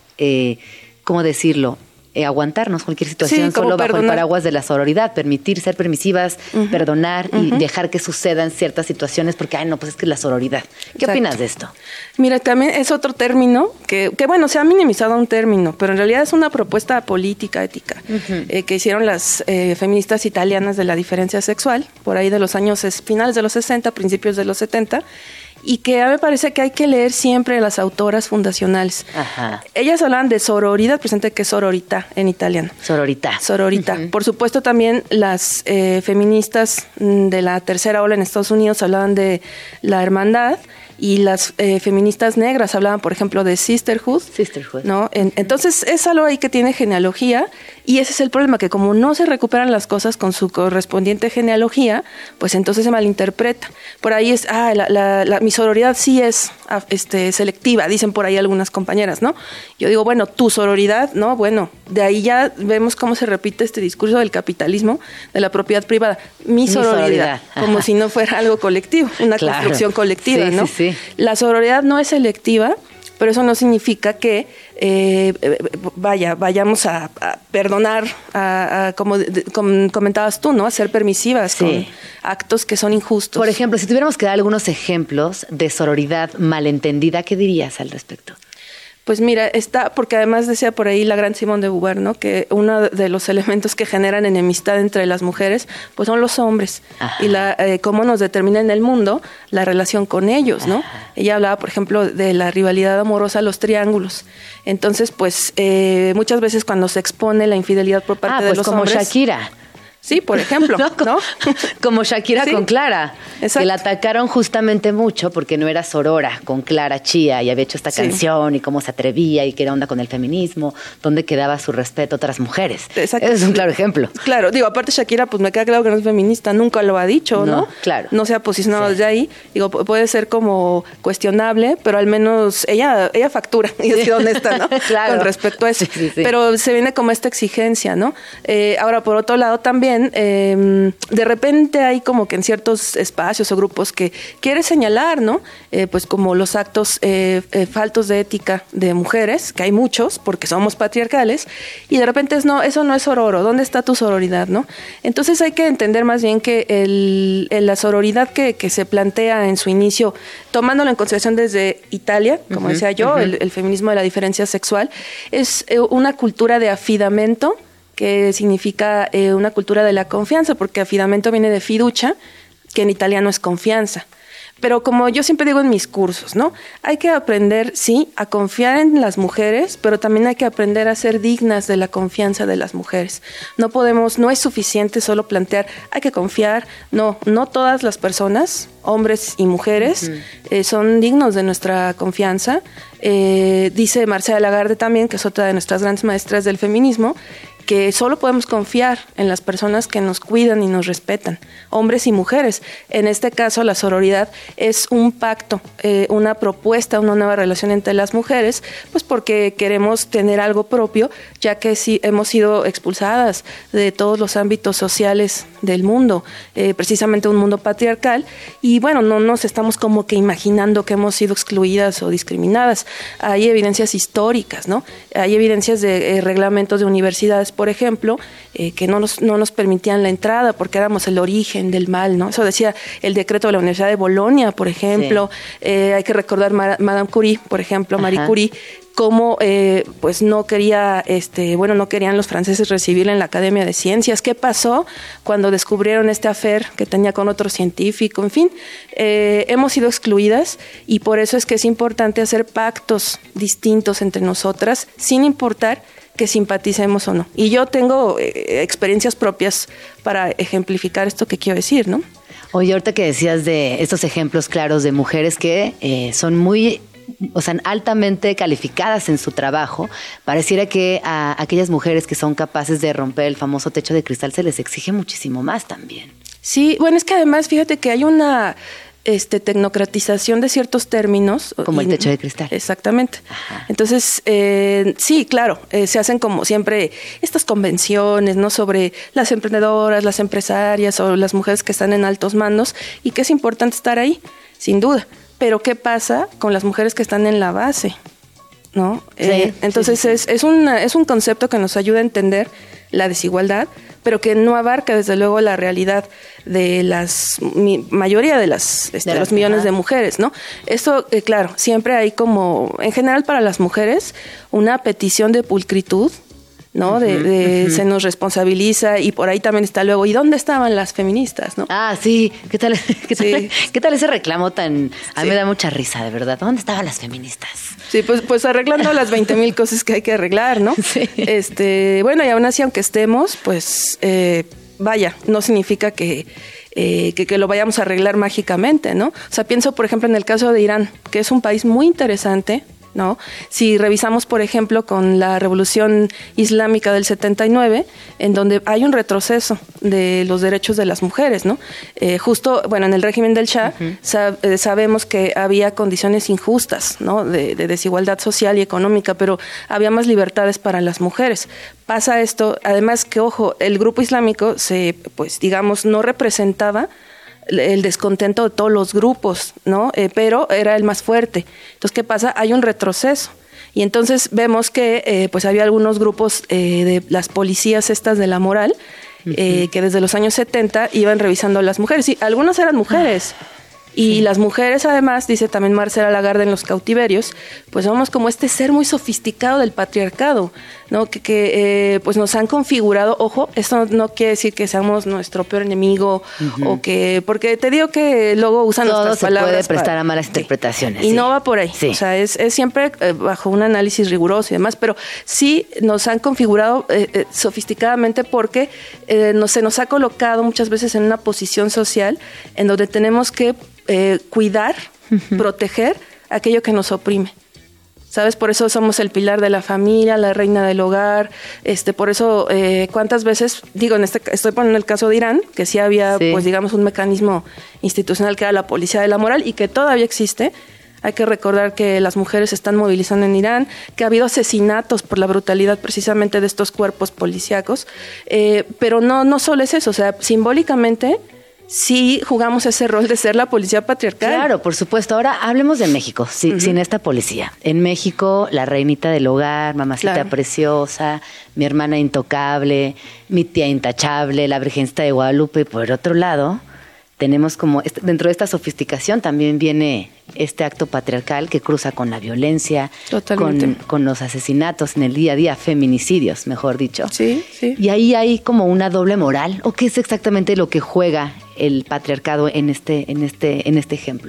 ¿cómo decirlo? Aguantarnos cualquier situación Sí, como solo bajo el perdonar. paraguas de la sororidad, permitir ser permisivas, perdonar y dejar que sucedan ciertas situaciones porque, ay, no, pues es que es la sororidad. ¿Qué Exacto. opinas de esto? Mira, también es otro término que bueno, se ha minimizado un término, pero en realidad es una propuesta política, ética, que hicieron las feministas italianas de la diferencia sexual, por ahí de los años finales de los 60, principios de los 70, y que a mí me parece que hay que leer siempre las autoras fundacionales. Ajá. Ellas hablaban de sororidad, presente que es sororita en italiano. Sororita. Sororita. Por supuesto, también las feministas de la tercera ola en Estados Unidos hablaban de la hermandad, y las feministas negras hablaban, por ejemplo, de sisterhood. Sisterhood. ¿No? Entonces, es algo ahí que tiene genealogía, y ese es el problema, que como no se recuperan las cosas con su correspondiente genealogía, pues entonces se malinterpreta. Por ahí es, mi sororidad sí es selectiva, dicen por ahí algunas compañeras, ¿no? Yo digo, bueno, tu sororidad, ¿no? Bueno, de ahí ya vemos cómo se repite este discurso del capitalismo, de la propiedad privada. Mi sororidad, como ajá. si no fuera algo colectivo, una Claro. construcción colectiva, Sí, ¿no? sí, sí. La sororidad no es selectiva, pero eso no significa que vayamos a perdonar, como comentabas tú, ¿no? A ser permisivas Sí. con actos que son injustos. Por ejemplo, si tuviéramos que dar algunos ejemplos de sororidad malentendida, ¿qué dirías al respecto? Pues mira, porque además decía por ahí la gran Simone de Beauvoir, ¿no? Que uno de los elementos que generan enemistad entre las mujeres, pues son los hombres. Ajá. Y cómo nos determina en el mundo la relación con ellos, ¿no? Ajá. Ella hablaba, por ejemplo, de la rivalidad amorosa, los triángulos. Entonces, pues, muchas veces cuando se expone la infidelidad por parte de pues los como hombres... Shakira. Sí, por ejemplo, ¿no? Como Shakira Sí. con Clara, Exacto. que la atacaron justamente mucho porque no era sorora con Clara Chía y había hecho esta Sí. canción y cómo se atrevía y qué onda con el feminismo, dónde quedaba su respeto a otras mujeres. Exacto. Ese es un claro ejemplo. Claro, digo, aparte Shakira, pues me queda claro que no es feminista, nunca lo ha dicho, ¿no? No, claro. No se ha posicionado Sí. desde ahí. Digo, puede ser como cuestionable, pero al menos ella factura y ha sido honesta, ¿no? Claro. Con respecto a eso. Sí, sí, sí. Pero se viene como esta exigencia, ¿no? Ahora, por otro lado, también, de repente hay como que en ciertos espacios o grupos que quiere señalar, ¿no? Pues como los actos faltos de ética de mujeres, que hay muchos, porque somos patriarcales, y de repente eso no es sororo. ¿Dónde está tu sororidad, no? Entonces hay que entender más bien que la sororidad que se plantea en su inicio, tomándolo en consideración desde Italia, como decía yo, el feminismo de la diferencia sexual, es una cultura de afidamento, que significa una cultura de la confianza, porque afidamento viene de fiducia, que en italiano es confianza. Pero como yo siempre digo en mis cursos, ¿no? Hay que aprender, sí, a confiar en las mujeres, pero también hay que aprender a ser dignas de la confianza de las mujeres. No es suficiente solo plantear, hay que confiar. No todas las personas, hombres y mujeres, son dignos de nuestra confianza. Dice Marcela Lagarde también, que es otra de nuestras grandes maestras del feminismo, que solo podemos confiar en las personas que nos cuidan y nos respetan, hombres y mujeres. En este caso, la sororidad es un pacto, una propuesta, una nueva relación entre las mujeres, pues porque queremos tener algo propio, ya que sí hemos sido expulsadas de todos los ámbitos sociales del mundo, precisamente un mundo patriarcal, y bueno, no nos estamos como que imaginando que hemos sido excluidas o discriminadas. Hay evidencias históricas, ¿no? Hay evidencias de reglamentos de universidades, por ejemplo, que no nos permitían la entrada porque éramos el origen del mal, ¿no? Eso decía el decreto de la Universidad de Bolonia, por ejemplo. Sí. Hay que recordar Madame Curie, por ejemplo, Marie Curie, cómo pues no querían los franceses recibirla en la Academia de Ciencias. ¿Qué pasó cuando descubrieron este affair que tenía con otro científico? En fin, hemos sido excluidas y por eso es que es importante hacer pactos distintos entre nosotras, sin importar que simpaticemos o no. Y yo tengo experiencias propias para ejemplificar esto que quiero decir, ¿no? Oye, ahorita que decías de estos ejemplos claros de mujeres que son muy, altamente calificadas en su trabajo, pareciera que a aquellas mujeres que son capaces de romper el famoso techo de cristal se les exige muchísimo más también. Sí, bueno, es que además fíjate que hay una tecnocratización de ciertos términos. Como el techo de cristal. Exactamente. Ajá. Entonces, sí, claro, se hacen como siempre estas convenciones, ¿no? Sobre las emprendedoras, las empresarias o las mujeres que están en altos mandos y que es importante estar ahí, sin duda. Pero ¿qué pasa con las mujeres que están en la base? ¿No? Sí, entonces sí. Es un concepto que nos ayuda a entender la desigualdad, pero que no abarca desde luego la realidad de mayoría de los millones de mujeres, ¿no? Esto, claro, siempre hay como, en general para las mujeres, una petición de pulcritud, ¿no? Se nos responsabiliza y por ahí también está luego, ¿y dónde estaban las feministas, no? Ah, sí, ¿qué tal ese reclamo tan? A mí me da mucha risa, de verdad. ¿Dónde estaban las feministas? Sí, pues arreglando las 20,000 cosas que hay que arreglar, ¿no? Sí. Bueno, y aún así, aunque estemos, pues, no significa que lo vayamos a arreglar mágicamente, ¿no? O sea, pienso, por ejemplo, en el caso de Irán, que es un país muy interesante, ¿no? Si revisamos, por ejemplo, con la Revolución Islámica del 79, en donde hay un retroceso de los derechos de las mujeres, ¿no? Justo, bueno, en el régimen del Shah sabemos que había condiciones injustas, ¿no? De desigualdad social y económica, pero había más libertades para las mujeres. Pasa esto, además que, ojo, el grupo islámico no representaba el descontento de todos los grupos, ¿no? Pero era el más fuerte. Entonces, ¿qué pasa? Hay un retroceso. Y entonces vemos que había algunos grupos de las policías estas de la moral que desde los años 70 iban revisando a las mujeres. Sí, algunas eran mujeres. Y las mujeres, además, dice también Marcela Lagarde en Los cautiverios, pues somos como este ser muy sofisticado del patriarcado, ¿no? Que nos han configurado. Ojo, esto no quiere decir que seamos nuestro peor enemigo porque te digo que luego usan nuestras palabras. Todo se puede prestar a malas interpretaciones. Y no va por ahí. Sí. O sea, es siempre bajo un análisis riguroso y demás, pero sí nos han configurado sofisticadamente porque se nos ha colocado muchas veces en una posición social en donde tenemos que cuidar, proteger aquello que nos oprime. ¿Sabes? Por eso somos el pilar de la familia, la reina del hogar. Por eso, ¿cuántas veces? Digo, estoy poniendo el caso de Irán, que sí había, un mecanismo institucional que era la policía de la moral y que todavía existe. Hay que recordar que las mujeres se están movilizando en Irán, que ha habido asesinatos por la brutalidad precisamente de estos cuerpos policíacos. Pero no solo es eso, o sea, simbólicamente sí jugamos ese rol de ser la policía patriarcal. Claro, por supuesto. Ahora hablemos de México, sin esta policía. En México, la reinita del hogar, mamacita preciosa, mi hermana intocable, mi tía intachable, la Virgencita de Guadalupe. Y por otro lado, tenemos como, dentro de esta sofisticación también viene este acto patriarcal que cruza con la violencia, con los asesinatos en el día a día, feminicidios, mejor dicho. Sí, sí. Y ahí hay como una doble moral, ¿o qué es exactamente lo que juega el patriarcado en este ejemplo?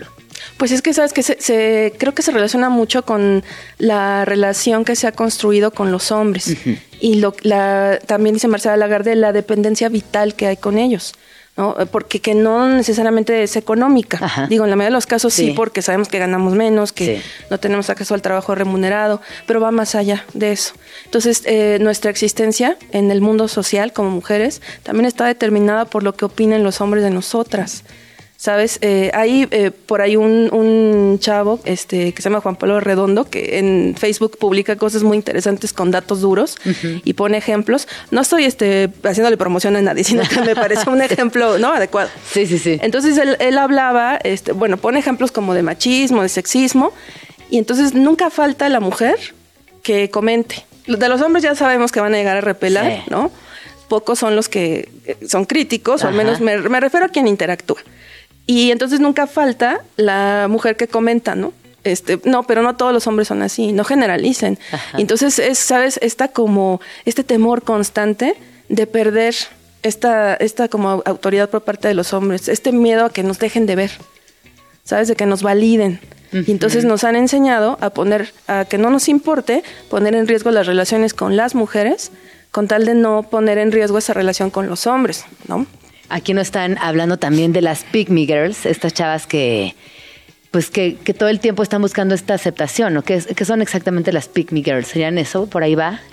Pues es que, ¿sabes? Que creo que se relaciona mucho con la relación que se ha construido con los hombres. Uh-huh. Y también dice Marcela Lagarde, la dependencia vital que hay con ellos, ¿no? Porque que no necesariamente es económica. Ajá. Digo, en la mayoría de los casos sí, porque sabemos que ganamos menos, que no tenemos acceso al trabajo remunerado, pero va más allá de eso. Entonces, nuestra existencia en el mundo social como mujeres también está determinada por lo que opinen los hombres de nosotras. ¿Sabes? Hay por ahí un chavo que se llama Juan Pablo Redondo, que en Facebook publica cosas muy interesantes con datos duros uh-huh. y pone ejemplos. No estoy haciéndole promoción a nadie, sino que me parece un ejemplo ¿no? adecuado. Sí, sí, sí. Entonces él hablaba, pone ejemplos como de machismo, de sexismo, y entonces nunca falta la mujer que comente. De los hombres ya sabemos que van a llegar a repelar, ¿no? Pocos son los que son críticos, ajá. o al menos me refiero a quien interactúa. Y entonces nunca falta la mujer que comenta, ¿no? No, pero no todos los hombres son así, no generalicen. Ajá. Entonces ¿sabes? Está como este temor constante de perder esta como autoridad por parte de los hombres, este miedo a que nos dejen de ver, ¿sabes? De que nos validen. Uh-huh. Y entonces nos han enseñado a que no nos importe poner en riesgo las relaciones con las mujeres, con tal de no poner en riesgo esa relación con los hombres, ¿no? Aquí nos están hablando también de las Pick Me Girls, estas chavas que todo el tiempo están buscando esta aceptación, ¿no? ¿Qué son exactamente las Pick Me Girls? ¿Serían eso? Por ahí va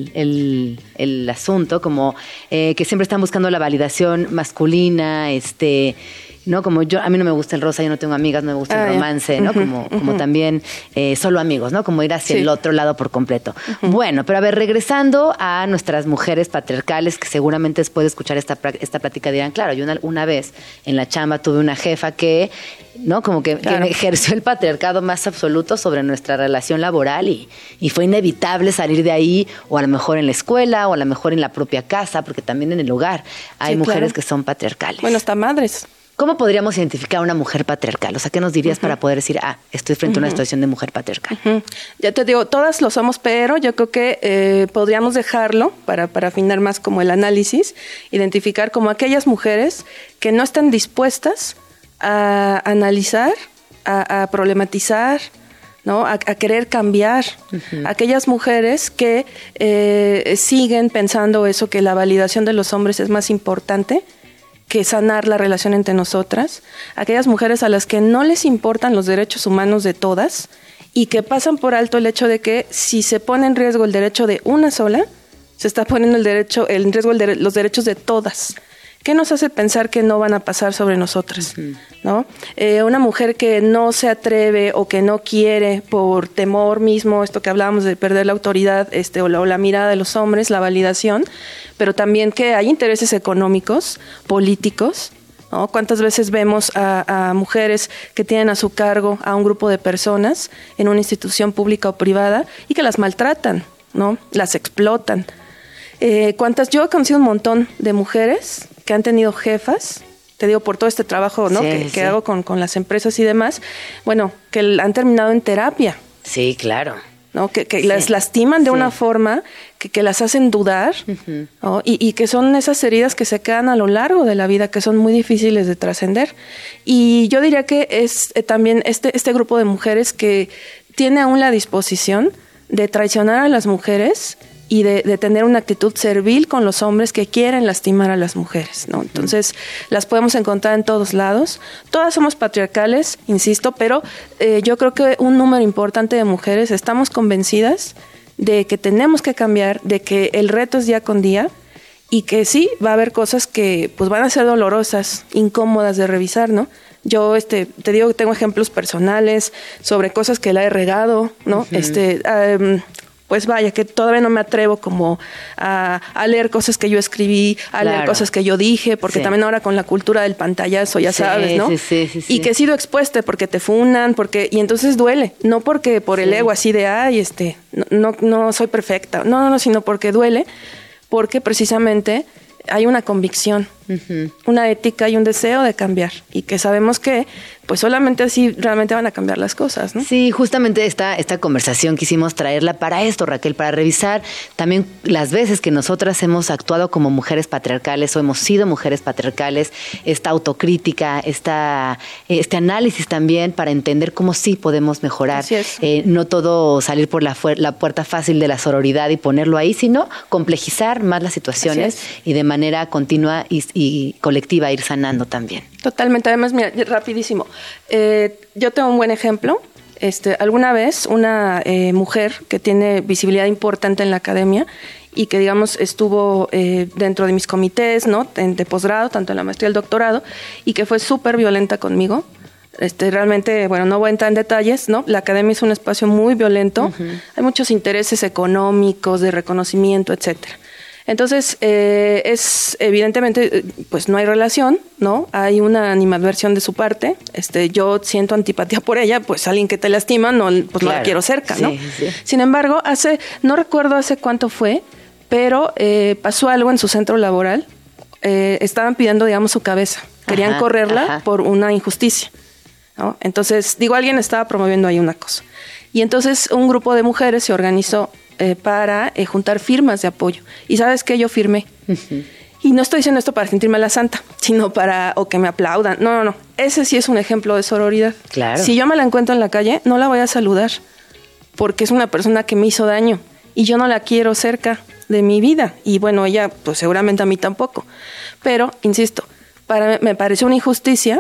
el asunto, como que siempre están buscando la validación masculina, ¿no? Como a mí no me gusta el rosa, yo no tengo amigas, no me gusta el romance, ¿no? Uh-huh, como también solo amigos, ¿no? Como ir hacia el otro lado por completo. Uh-huh. Bueno, pero a ver, regresando a nuestras mujeres patriarcales, que seguramente después de escuchar esta plática dirán, claro, yo una vez en la chamba tuve una jefa que, ¿no? Como que ejerció el patriarcado más absoluto sobre nuestra relación laboral y fue inevitable salir de ahí, o a lo mejor en la escuela, o a lo mejor en la propia casa, porque también en el hogar hay mujeres que son patriarcales. Bueno, hasta madres. ¿Cómo podríamos identificar a una mujer patriarcal? O sea, ¿qué nos dirías para poder decir, estoy frente a una situación de mujer patriarcal? Ya te digo, todas lo somos, pero yo creo que podríamos dejarlo para afinar más como el análisis, identificar como aquellas mujeres que no están dispuestas a analizar, a problematizar, ¿no? A querer cambiar. Uh-huh. Aquellas mujeres que siguen pensando eso, que la validación de los hombres es más importante que sanar la relación entre nosotras, aquellas mujeres a las que no les importan los derechos humanos de todas y que pasan por alto el hecho de que si se pone en riesgo el derecho de una sola, se está poniendo en riesgo los derechos de todas. ¿Qué nos hace pensar que no van a pasar sobre nosotras? Uh-huh. ¿No? Una mujer que no se atreve o que no quiere por temor mismo, esto que hablábamos de perder la autoridad o la mirada de los hombres, la validación, pero también que hay intereses económicos, políticos, ¿no? ¿Cuántas veces vemos a mujeres que tienen a su cargo a un grupo de personas en una institución pública o privada y que las maltratan, ¿no? Las explotan? Yo he conocido un montón de mujeres que han tenido jefas, te digo por todo este trabajo, ¿no? que hago con las empresas y demás, bueno, que han terminado en terapia. Sí, claro. ¿No? Que las lastiman de una forma que las hacen dudar, uh-huh. ¿no? Y que son esas heridas que se quedan a lo largo de la vida, que son muy difíciles de trascender. Y yo diría que es también este grupo de mujeres que tiene aún la disposición de traicionar a las mujeres y de tener una actitud servil con los hombres que quieren lastimar a las mujeres, ¿no? Entonces, las podemos encontrar en todos lados. Todas somos patriarcales, insisto, pero yo creo que un número importante de mujeres estamos convencidas de que tenemos que cambiar, de que el reto es día con día y que sí, va a haber cosas que pues van a ser dolorosas, incómodas de revisar, ¿no? Yo te digo que tengo ejemplos personales sobre cosas que la he regado, ¿no? Uh-huh. Pues vaya, que todavía no me atrevo como a leer cosas que yo escribí, leer cosas que yo dije, porque también ahora con la cultura del pantallazo, ya sabes, ¿no? Sí. Y que he sido expuesta porque te funan, y entonces duele, no porque por el ego así de, no soy perfecta, no, sino porque duele, porque precisamente hay una convicción una ética y un deseo de cambiar, y que sabemos que pues solamente así realmente van a cambiar las cosas, ¿no? Sí, justamente esta conversación quisimos traerla para esto, Raquel, para revisar también las veces que nosotras hemos actuado como mujeres patriarcales o hemos sido mujeres patriarcales, esta autocrítica, este análisis también para entender cómo sí podemos mejorar. Así es. No todo salir por la puerta fácil de la sororidad y ponerlo ahí, sino complejizar más las situaciones y de manera continua y colectiva ir sanando también. Totalmente. Además, mira, rapidísimo. Yo tengo un buen ejemplo. Alguna vez una mujer que tiene visibilidad importante en la academia y que, digamos, estuvo dentro de mis comités, ¿no? De posgrado, tanto en la maestría y el doctorado, y que fue súper violenta conmigo. Realmente, bueno, no voy a entrar en detalles, ¿no? La academia es un espacio muy violento. Hay muchos intereses económicos, de reconocimiento, etcétera. Entonces, es evidentemente, pues no hay relación, ¿no? Hay una animadversión de su parte. Yo siento antipatía por ella, pues alguien que te lastima, no, pues claro, no la quiero cerca, ¿no? Sí. Sin embargo, no recuerdo hace cuánto fue, pero pasó algo en su centro laboral. Estaban pidiendo, digamos, su cabeza. Querían correrla por una injusticia, ¿no? Entonces, alguien estaba promoviendo ahí una cosa. Y entonces un grupo de mujeres se organizó para juntar firmas de apoyo. Y ¿sabes qué? Yo firmé. Y no estoy diciendo esto para sentirme la santa, sino o que me aplaudan. No. Ese sí es un ejemplo de sororidad. Claro. Si yo me la encuentro en la calle, no la voy a saludar, porque es una persona que me hizo daño y yo no la quiero cerca de mi vida. Y bueno, ella, pues seguramente a mí tampoco. Pero, insisto, me pareció una injusticia.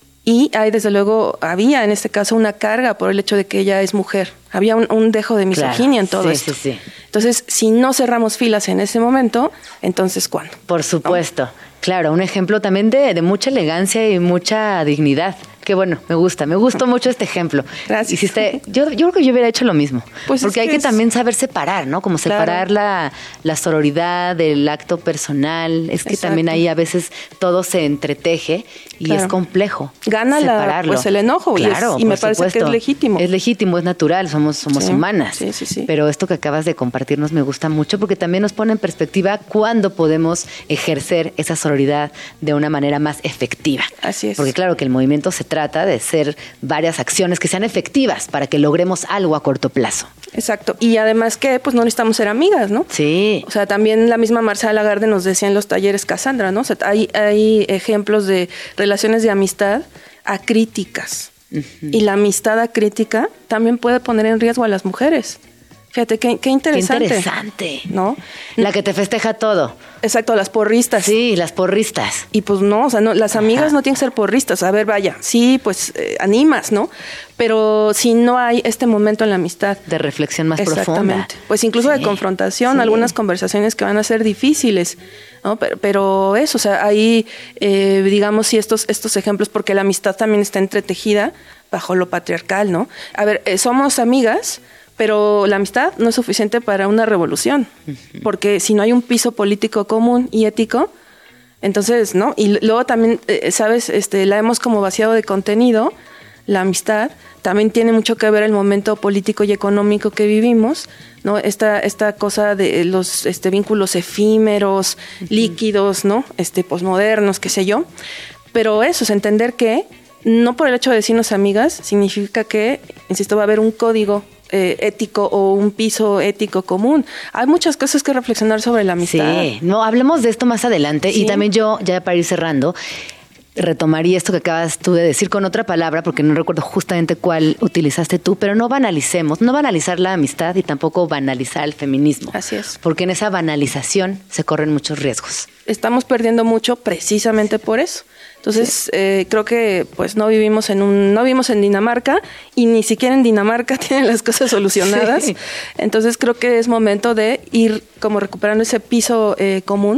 Y desde luego, había en este caso una carga por el hecho de que ella es mujer. Había un dejo de misoginia en todo esto. Sí. Entonces, si no cerramos filas en ese momento, entonces ¿cuándo? Por supuesto. ¿No? Claro, un ejemplo también de mucha elegancia y mucha dignidad. Qué bueno, me gustó mucho este ejemplo. Gracias. Yo creo que yo hubiera hecho lo mismo. Pues porque hay que también saber separar, ¿no? Como separar la sororidad del acto personal. Es que también ahí a veces todo se entreteje y es complejo. Gana pues el enojo. Claro, y me parece que es legítimo. Es legítimo, es natural, somos humanas. Sí. Pero esto que acabas de compartirnos me gusta mucho porque también nos pone en perspectiva cuándo podemos ejercer esa sororidad de una manera más efectiva. Así es. Porque claro que el movimiento se trata de ser varias acciones que sean efectivas para que logremos algo a corto plazo. Exacto. Y además que pues no necesitamos ser amigas, ¿no? Sí. O sea, también la misma Marcela Lagarde nos decía en los talleres Cassandra, ¿no? O sea, hay ejemplos de relaciones de amistad acríticas. Y la amistad acrítica también puede poner en riesgo a las mujeres. Fíjate, qué interesante. Qué interesante. ¿No? La que te festeja todo. Exacto, las porristas. Sí, las porristas. Y pues no, o sea, no, las amigas no tienen que ser porristas. A ver, vaya, sí, pues animas, ¿no? Pero si no hay este momento en la amistad. De reflexión más profunda. Pues incluso de confrontación, algunas conversaciones que van a ser difíciles, ¿no? Pero eso, o sea, hay, digamos, sí, estos ejemplos, porque la amistad también está entretejida bajo lo patriarcal, ¿no? A ver, somos amigas, pero la amistad no es suficiente para una revolución, porque si no hay un piso político común y ético, entonces, ¿no? Y luego también, ¿sabes? La hemos como vaciado de contenido, la amistad. También tiene mucho que ver el momento político y económico que vivimos, ¿no? Esta cosa de los vínculos efímeros, líquidos, ¿no? Posmodernos, qué sé yo. Pero eso es entender que no por el hecho de decirnos amigas significa que, insisto, va a haber un código ético o un piso ético común. Hay muchas cosas que reflexionar sobre la amistad. Sí, no, hablemos de esto más adelante. Sí. Y también yo, ya para ir cerrando, retomaría esto que acabas tú de decir con otra palabra, porque no recuerdo justamente cuál utilizaste tú, pero no banalizar la amistad y tampoco banalizar el feminismo. Así es. Porque en esa banalización se corren muchos riesgos. Estamos perdiendo mucho precisamente por eso. Entonces, creo que pues no vivimos en Dinamarca, y ni siquiera en Dinamarca tienen las cosas solucionadas. Sí. Entonces, creo que es momento de ir como recuperando ese piso común.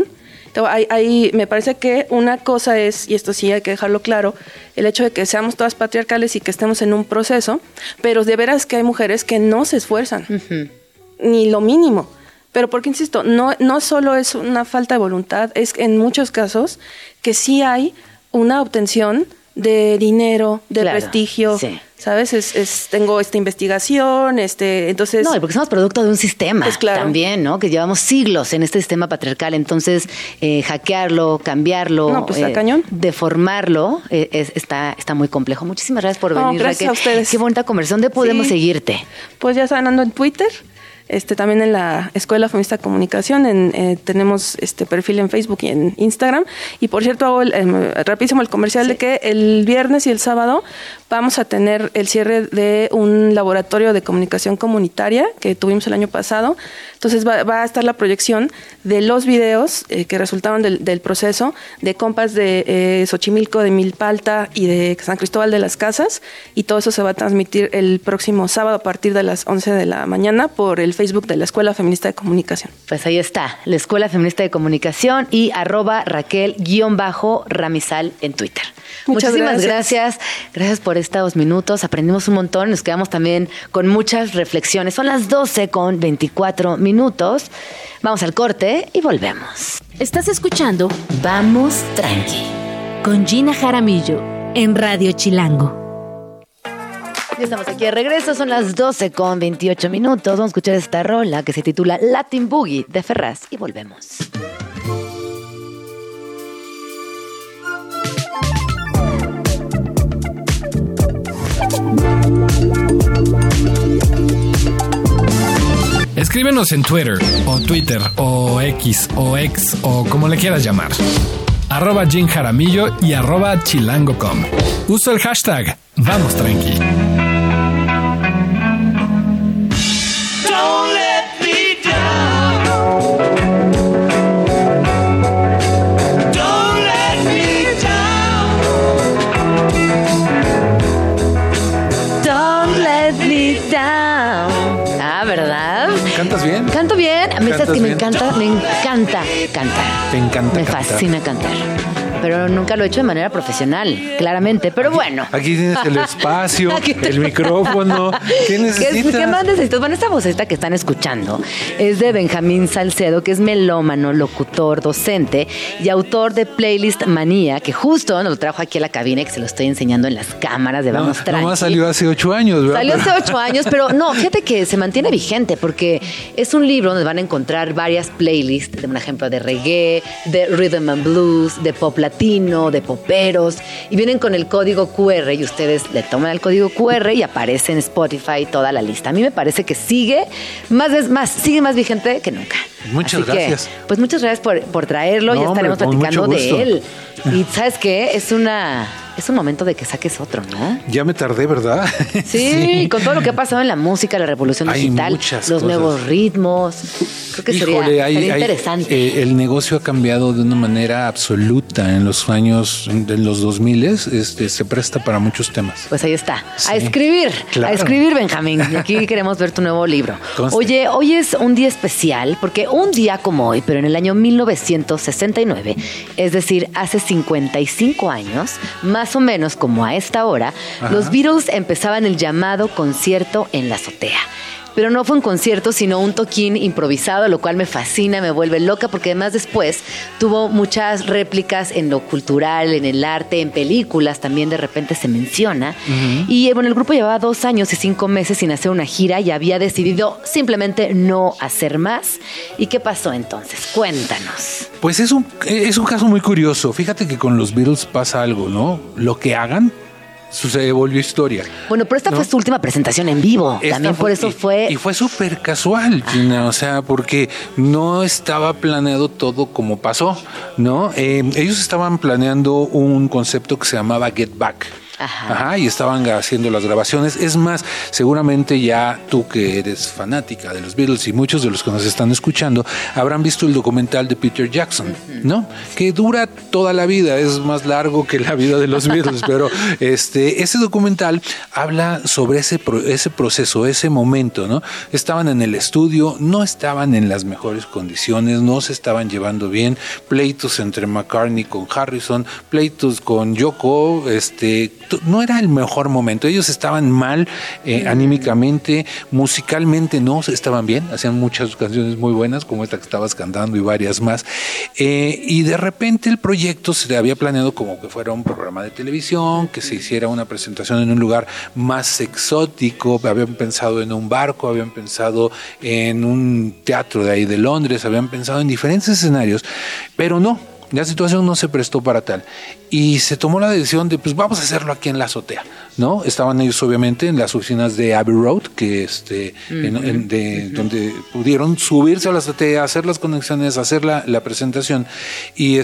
Me parece que una cosa es, y esto sí hay que dejarlo claro, el hecho de que seamos todas patriarcales y que estemos en un proceso, pero de veras que hay mujeres que no se esfuerzan, ni lo mínimo. Pero porque, insisto, no solo es una falta de voluntad, es en muchos casos que sí hay una obtención de dinero, de Claro, prestigio, sí. ¿sabes? Tengo esta investigación, entonces... No, y porque somos producto de un sistema Pues claro. también, ¿no? Que llevamos siglos en este sistema patriarcal. Entonces, hackearlo, cambiarlo, No, pues está cañón. deformarlo, está muy complejo. Muchísimas gracias por No, venir, gracias Raquel. a ustedes. Qué bonita conversación. ¿Dónde podemos Sí. seguirte? Pues ya saben, ando en Twitter, también en la Escuela Feminista de Comunicación, tenemos perfil en Facebook y en Instagram. Y por cierto, hago rapidísimo el comercial de que el viernes y el sábado vamos a tener el cierre de un laboratorio de comunicación comunitaria que tuvimos el año pasado. Entonces va a estar la proyección de los videos que resultaron del proceso de compas de Xochimilco, de Milpalta y de San Cristóbal de las Casas, y todo eso se va a transmitir el próximo sábado a partir de las 11 de la mañana por el Facebook de la Escuela Feminista de Comunicación. Pues ahí está, la Escuela Feminista de Comunicación y @Raquel_Ramizal en Twitter. Muchas Muchísimas gracias. Gracias por estos minutos. Aprendimos un montón. Nos quedamos también con muchas reflexiones. Son las 12:24 minutos. Vamos al corte y volvemos. Estás escuchando Vamos tranqui. con Gina Jaramillo en Radio Chilango. Ya estamos aquí de regreso. Son las 12:28 minutos. Vamos a escuchar esta rola que se titula Latin Boogie de Ferraz y volvemos. Escríbenos en Twitter o X o como le quieras llamar. @Jin Jaramillo y @chilango.com. Uso el hashtag Vamos Tranqui. Don't let me down. Don't let me down. Don't let me down. Ah, ¿verdad? ¿Cantas bien? Canto bien. A mí sabes ¿Cantas que me bien? encanta cantar. Te encanta Me cantar. fascina cantar. Pero nunca lo he hecho de manera profesional, claramente. Pero bueno. Aquí tienes el espacio, Aquí el tengo- micrófono. ¿Qué necesitas? ¿Qué más necesitas? Bueno, esta vocecita que están escuchando es de Benjamín Salcedo, que es melómano, locutor, docente y autor de Playlist Manía, que justo nos lo trajo aquí a la cabina y que se lo estoy enseñando en las cámaras de Vamos Tranqui. Nomás salió hace 8 años, ¿verdad? Salió hace 8 años, pero no, fíjate que se mantiene vigente porque es un libro donde van a encontrar varias playlists, de un ejemplo de reggae, de rhythm and blues, de pop latino, de poperos, y vienen con el código QR y ustedes le toman el código QR y aparece en Spotify toda la lista. A mí me parece que sigue más vigente que nunca. Muchas Así que, gracias. pues muchas gracias por traerlo, No, ya estaremos hombre, con platicando mucho de gusto. él. Y ¿sabes qué? Es un momento de que saques otro, ¿no? Ya me tardé, ¿verdad? Sí, con todo lo que ha pasado en la música, la revolución Hay digital, muchas los cosas. nuevos ritmos. Creo que sería interesante. El negocio ha cambiado de una manera absoluta en los años de los 2000, se presta para muchos temas. Pues ahí está. Sí, A escribir, claro. Benjamín. Y aquí queremos ver tu nuevo libro. Conste. Oye, hoy es un día especial porque un día como hoy, pero en el año 1969, es decir, hace 55 años, más o menos como a esta hora, los Beatles empezaban el llamado concierto en la azotea. Pero no fue un concierto, sino un toquín improvisado, lo cual me fascina, me vuelve loca, porque además después tuvo muchas réplicas en lo cultural, en el arte, en películas, también de repente se menciona. Y bueno, el grupo llevaba 2 años y 5 meses sin hacer una gira y había decidido simplemente no hacer más. ¿Y qué pasó entonces? Cuéntanos. Pues es un caso muy curioso. Fíjate que con los Beatles pasa algo, ¿no? Lo que hagan se volvió historia. Bueno, pero esta ¿no? fue su última presentación en vivo. Esta También por eso fue... Y fue súper casual, Gina, o sea, porque no estaba planeado todo como pasó, ¿no? Ellos estaban planeando un concepto que se llamaba Get Back. Ajá, y estaban haciendo las grabaciones. Es más, seguramente ya tú que eres fanática de los Beatles y muchos de los que nos están escuchando habrán visto el documental de Peter Jackson, ¿no? Que dura toda la vida, es más largo que la vida de los Beatles, pero ese documental habla sobre ese proceso, ese momento, ¿no? Estaban en el estudio, no estaban en las mejores condiciones, no se estaban llevando bien, pleitos entre McCartney con Harrison, pleitos con Yoko, no era el mejor momento. Ellos estaban mal anímicamente, musicalmente no, estaban bien, hacían muchas canciones muy buenas, como esta que estabas cantando y varias más. Y de repente el proyecto se había planeado como que fuera un programa de televisión, que se hiciera una presentación en un lugar más exótico. Habían pensado en un barco, habían pensado en un teatro de ahí de Londres, habían pensado en diferentes escenarios, pero no. La situación no se prestó para tal y se tomó la decisión de pues vamos a hacerlo aquí en la azotea, ¿no? Estaban ellos obviamente en las oficinas de Abbey Road, que donde pudieron subirse a la azotea, hacer las conexiones, hacer la presentación y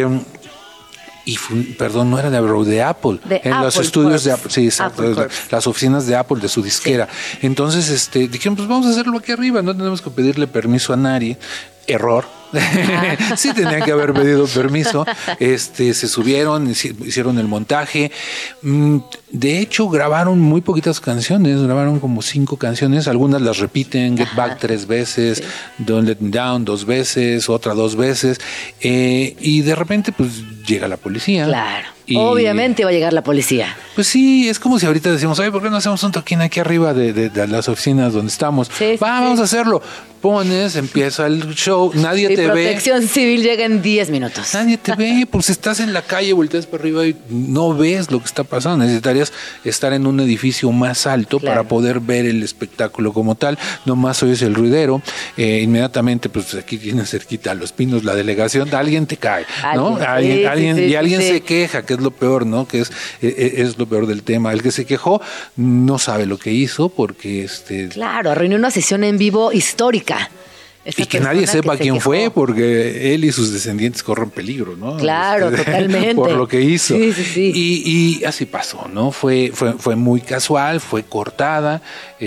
perdón, no era de Abbey Road, de Apple, en Apple los estudios Corp. De Apple, sí, exacto, las oficinas de Apple, de su disquera. Sí. Entonces, dijeron, pues vamos a hacerlo aquí arriba, no tenemos que pedirle permiso a nadie. Error. Sí tenían que haber pedido permiso. Se subieron, hicieron el montaje. De hecho, grabaron muy poquitas canciones, grabaron como 5 canciones, algunas las repiten, Get Back 3 veces, Don't Let Me Down 2 veces, otra 2 veces, y de repente pues llega la policía. Claro. Obviamente va a llegar la policía. Pues sí, es como si ahorita decimos, oye, ¿por qué no hacemos un toquín aquí arriba de las oficinas donde estamos? Sí, vamos a hacerlo. Pones, empieza el show, nadie te ve. Protección Civil llega en 10 minutos. Nadie te ve, pues estás en la calle, volteas para arriba y no ves lo que está pasando. Necesitarías estar en un edificio más alto para poder ver el espectáculo como tal. Nomás oyes el ruidero, inmediatamente, pues aquí tienes cerquita a Los Pinos, la delegación, alguien te cae, ¿no? Alguien se queja, que es lo peor, ¿no? Que es lo peor del tema. El que se quejó no sabe lo que hizo porque Claro, arruinó una sesión en vivo histórica. Y que nadie sepa quién fue, porque él y sus descendientes corren peligro, ¿no? Claro, totalmente. Por lo que hizo. Sí. Y así pasó, ¿no? Fue muy casual, fue cortada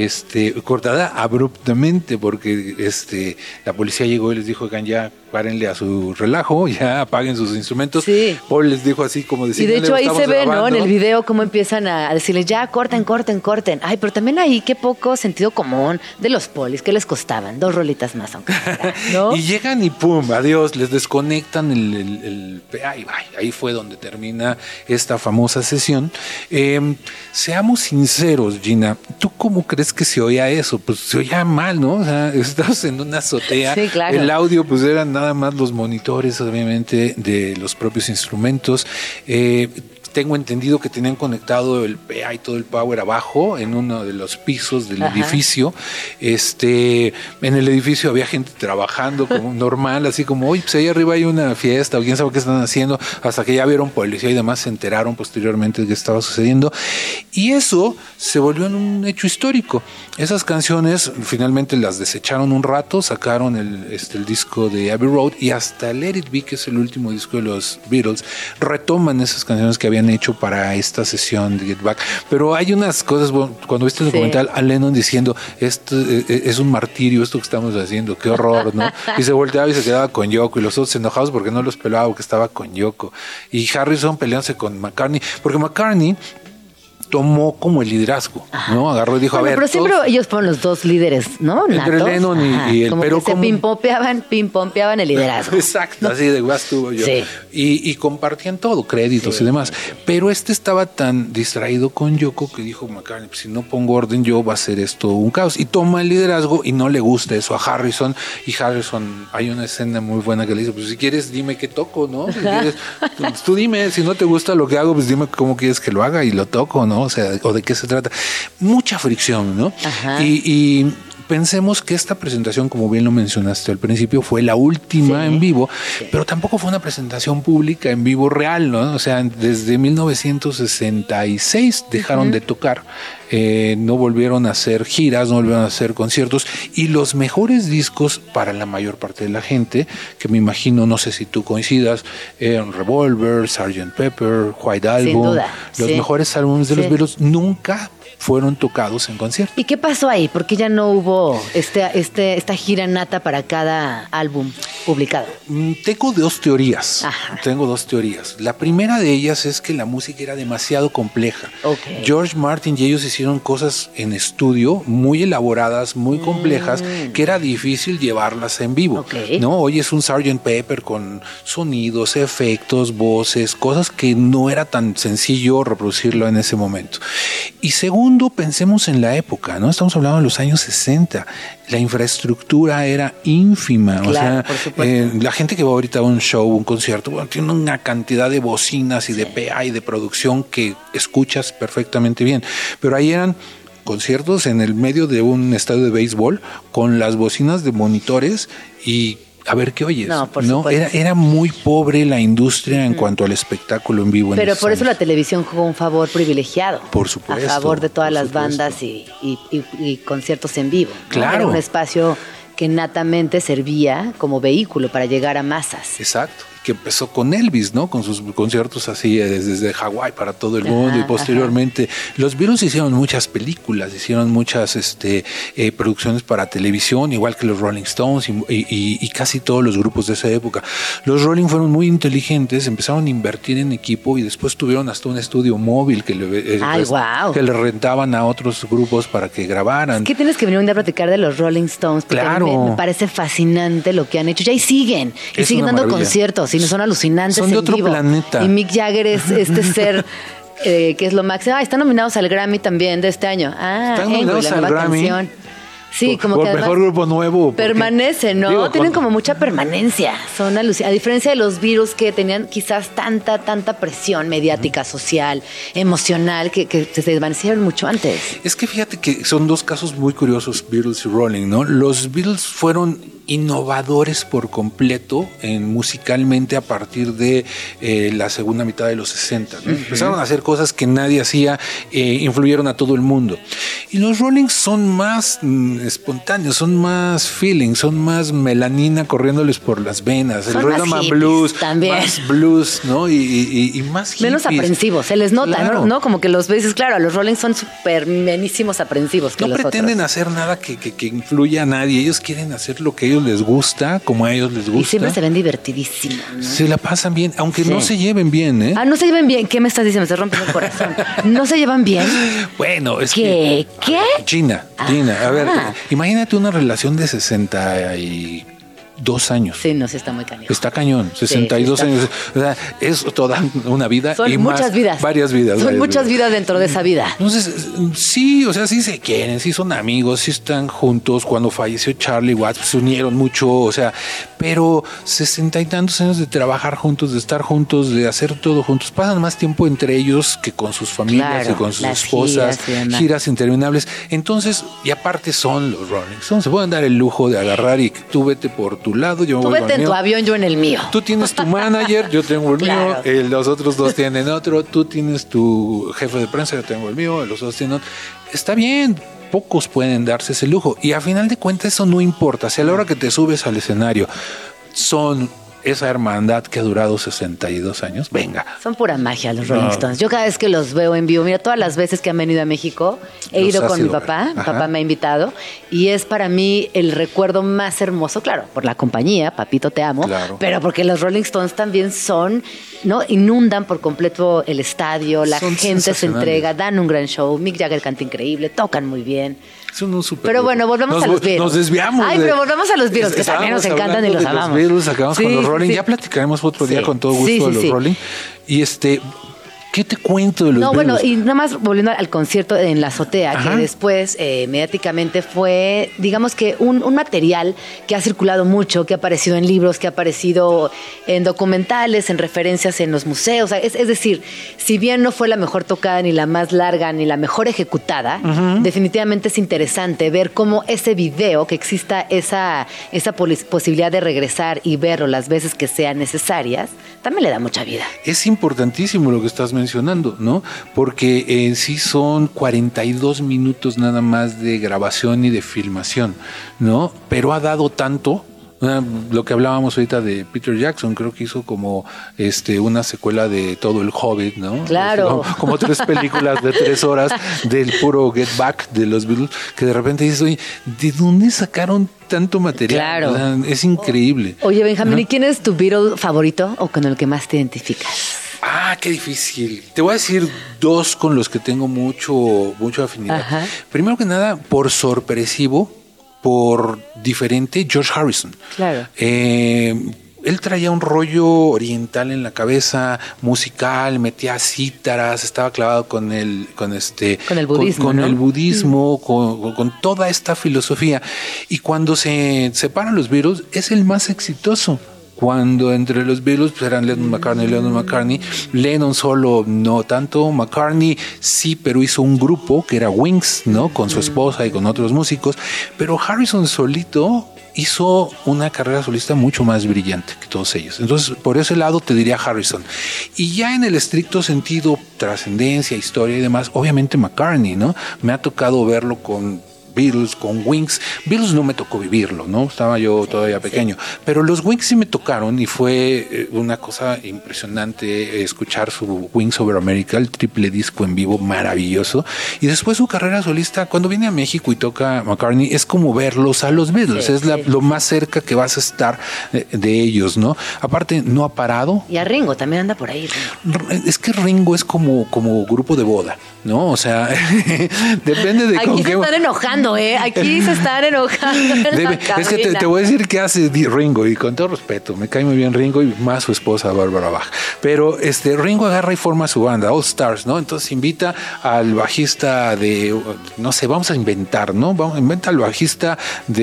abruptamente, porque la policía llegó y les dijo, oigan, ya párenle a su relajo, ya apaguen sus instrumentos. Sí. Paul les dijo así como decir. Y de hecho ahí se ve, grabando, ¿no? En el video cómo empiezan a decirles, ya, corten. Ay, pero también ahí qué poco sentido común de los polis, ¿qué les costaban? 2 rolitas más, aunque ¿no? Y llegan y pum, adiós, les desconectan el ahí fue donde termina esta famosa sesión. Seamos sinceros, Gina, ¿tú cómo crees que se oía eso? Pues se oía mal, ¿no? O sea, estabas en una azotea, sí, claro. El audio pues eran nada más los monitores, obviamente, de los propios instrumentos. Tengo entendido que tenían conectado el PA y todo el power abajo en uno de los pisos del edificio. En el edificio había gente trabajando como normal, así como, oye, pues ahí arriba hay una fiesta o quién sabe qué están haciendo, hasta que ya vieron policía y demás, se enteraron posteriormente de qué estaba sucediendo. Y eso se volvió en un hecho histórico. Esas canciones finalmente las desecharon un rato, sacaron el disco de Abbey Road y hasta Let It Be, que es el último disco de los Beatles, retoman esas canciones que habían hecho para esta sesión de Get Back. Pero hay unas cosas, cuando viste el documental, a Lennon diciendo, esto es un martirio, esto que estamos haciendo, qué horror, ¿no? Y se volteaba y se quedaba con Yoko, y los otros enojados porque no los pelaba, porque estaba con Yoko. Y Harrison peleándose con McCartney, porque McCartney tomó como el liderazgo, ¿no? Agarró y dijo, a ver, pero siempre ellos fueron los 2 líderes, ¿no? Entre Natos. Lennon y él, como pero que se ping-pompeaban el liderazgo. Exacto, ¿no? Así de vas tú, yo. Sí. Y compartían todo, créditos y demás. Pero estaba tan distraído con Yoko que dijo McCartney, pues, si no pongo orden yo, va a ser esto un caos. Y toma el liderazgo y no le gusta eso a Harrison. Y Harrison, hay una escena muy buena que le dice, pues si quieres dime qué toco, ¿no? Si quieres, pues, tú dime, si no te gusta lo que hago, pues dime cómo quieres que lo haga y lo toco, ¿no? O sea, o de qué se trata. Mucha fricción, ¿no? Y pensemos que esta presentación, como bien lo mencionaste al principio, fue la última en vivo, pero tampoco fue una presentación pública en vivo real, ¿no? O sea, desde 1966 dejaron de tocar, no volvieron a hacer giras, no volvieron a hacer conciertos, y los mejores discos para la mayor parte de la gente, que me imagino, no sé si tú coincidas, Revolver, Sgt. Pepper, White Album, los mejores álbumes de los Beatles nunca fueron tocados en concierto. ¿Y qué pasó ahí? ¿Por qué ya no hubo esta gira nata para cada álbum publicado? Tengo dos teorías. La primera de ellas es que la música era demasiado compleja. George Martin y ellos hicieron hicieron cosas en estudio muy elaboradas, muy complejas, que era difícil llevarlas en vivo. ¿No? Hoy es un Sgt. Pepper con sonidos, efectos, voces, cosas que no era tan sencillo reproducirlo en ese momento. Y segundo, pensemos en la época, ¿no? Estamos hablando de los años 60. La infraestructura era ínfima. Claro, la gente que va ahorita a un show, un concierto, bueno, tiene una cantidad de bocinas y de PA y de producción que escuchas perfectamente bien. Pero ahí eran conciertos en el medio de un estadio de béisbol con las bocinas de monitores y a ver qué oyes. No, era muy pobre la industria en cuanto al espectáculo en vivo. Pero por eso la televisión jugó un favor privilegiado. Por supuesto. A favor de todas las bandas y conciertos en vivo. Claro. Era un espacio que natamente servía como vehículo para llegar a masas. Exacto. Que empezó con Elvis, ¿no? Con sus conciertos así desde Hawái para todo el mundo y posteriormente los Beatles hicieron muchas películas, hicieron muchas producciones para televisión, igual que los Rolling Stones y casi todos los grupos de esa época. Los Rolling fueron muy inteligentes, empezaron a invertir en equipo y después tuvieron hasta un estudio móvil que le rentaban a otros grupos para que grabaran. Es que tienes que venir un día a platicar de los Rolling Stones, porque me parece fascinante lo que han hecho. Ya y siguen dando conciertos. Y no son alucinantes. Son de otro vivo. Planeta. Y Mick Jagger es este ser que es lo máximo. Están nominados al Grammy también de este año. Están nominados al Grammy. Canción. Sí, como por que mejor grupo nuevo. Permanece, ¿no? Tienen como mucha permanencia. Son alucinantes. A diferencia de los Beatles que tenían quizás tanta presión mediática, social, emocional, que se desvanecieron mucho antes. Es que fíjate que son dos casos muy curiosos, Beatles y Rolling, ¿no? Los Beatles fueron innovadores por completo musicalmente a partir de la segunda mitad de los 60. ¿no? Empezaron a hacer cosas que nadie hacía, influyeron a todo el mundo. Y los Rolling son más espontáneos, son más feeling, son más melanina corriéndoles por las venas. Son el rhythm and blues, también. más blues, ¿no? Y más hippies. Menos aprensivos, se les nota, Claro. ¿no? Como que los ves, claro, a los Rolling son súper menísimos aprensivos que No los pretenden otros. hacer nada que influya a nadie. Ellos quieren hacer lo que a ellos les gusta, como a ellos les gusta. Y siempre se ven divertidísimos, ¿no? Se la pasan bien, aunque no se lleven bien, ¿eh? No se llevan bien. ¿Qué me estás diciendo? Me estás rompiendo el corazón. ¿No se llevan bien? Bueno, es ¿Qué? que... ¿Qué? Gina. A ver, imagínate una relación de 62 años. Sí, no, sí está muy cañón. Está cañón, 62 sí está. años. O sea, es toda una vida. Son y muchas más, vidas. Varias vidas. Son muchas vidas dentro de esa vida. Entonces, sí, o sea, sí se quieren, sí son amigos, sí están juntos. Cuando falleció Charlie Watts, pues, se unieron mucho, o sea, pero 60 y tantos años de trabajar juntos, de estar juntos, de hacer todo juntos, pasan más tiempo entre ellos que con sus familias y con sus esposas, giras interminables. Entonces, y aparte son los Rolling Stones, se pueden dar el lujo de agarrar y tú vete por tu lado, yo me voy Tú vete en tu avión, yo en el mío. Tú tienes tu manager, yo tengo el mío, los otros dos tienen otro, tú tienes tu jefe de prensa, yo tengo el mío, los otros tienen otro. Está bien, pocos pueden darse ese lujo y a final de cuentas eso no importa. Si a la hora que te subes al escenario son esa hermandad que ha durado 62 años, venga. Son pura magia los Rolling Stones. Yo cada vez que los veo en vivo, mira, todas las veces que han venido a México, he ido con mi papá, mi papá me ha invitado, y es para mí el recuerdo más hermoso, claro, por la compañía, papito te amo, pero porque los Rolling Stones también son, ¿no? Inundan por completo el estadio, la gente se entrega, dan un gran show, Mick Jagger canta increíble, tocan muy bien. Pero bueno, volvamos a los Beatles. Nos desviamos. Pero volvamos a los Beatles, que también nos encantan y los amamos. Los Beatles, acabamos con los Rolling. Ya platicaremos otro día con todo gusto de los Rolling. Y ¿qué te cuento de los Beatles? Bueno, y nada más volviendo al concierto en la azotea, que después mediáticamente fue, digamos que un material que ha circulado mucho, que ha aparecido en libros, que ha aparecido en documentales, en referencias en los museos. Es decir, si bien no fue la mejor tocada, ni la más larga, ni la mejor ejecutada, definitivamente es interesante ver cómo ese video, que exista esa posibilidad de regresar y verlo las veces que sean necesarias, también le da mucha vida. Es importantísimo lo que estás mencionando, ¿no? Porque en sí son 42 minutos nada más de grabación y de filmación, ¿no? Pero ha dado tanto. Lo que hablábamos ahorita de Peter Jackson, creo que hizo como una secuela de todo el Hobbit, ¿no? Claro. Como 3 películas de 3 horas del puro Get Back de los Beatles, que de repente dices, oye, ¿de dónde sacaron tanto material? Claro. Es increíble. Oye, Benjamín, ¿y quién es tu Beatle favorito o con el que más te identificas? Qué difícil. Te voy a decir dos con los que tengo mucho afinidad. Ajá. Primero que nada, por sorpresivo, por diferente, George Harrison. Claro. Él traía un rollo oriental en la cabeza, musical, metía cítaras, estaba clavado con el budismo, con ¿no? el budismo, con toda esta filosofía. Y cuando se separan los Beatles, es el más exitoso. Cuando entre los Beatles pues eran Lennon McCartney, Lennon solo no tanto, McCartney sí, pero hizo un grupo que era Wings, ¿no? Con su esposa y con otros músicos, pero Harrison solito hizo una carrera solista mucho más brillante que todos ellos. Entonces, por ese lado te diría Harrison. Y ya en el estricto sentido, trascendencia, historia y demás, obviamente McCartney, ¿no? Me ha tocado verlo con Beatles, con Wings. Beatles no me tocó vivirlo, ¿no? Estaba yo todavía pequeño. Pero los Wings sí me tocaron y fue una cosa impresionante escuchar su Wings Over America, el triple disco en vivo maravilloso. Y después su carrera solista, cuando viene a México y toca McCartney, es como verlos a los Beatles. Es lo más cerca que vas a estar de ellos, ¿no? Aparte, no ha parado. Y a Ringo también anda por ahí. Es que Ringo es como grupo de boda, ¿no? O sea, depende de con qué... están enojando. Aquí se están enojando. Es que te voy a decir qué hace Ringo, y con todo respeto, me cae muy bien Ringo y más su esposa Bárbara Bach. Pero Ringo agarra y forma su banda, All Stars, ¿no? Entonces invita al bajista de, no sé, vamos a inventar, ¿no? Inventa al bajista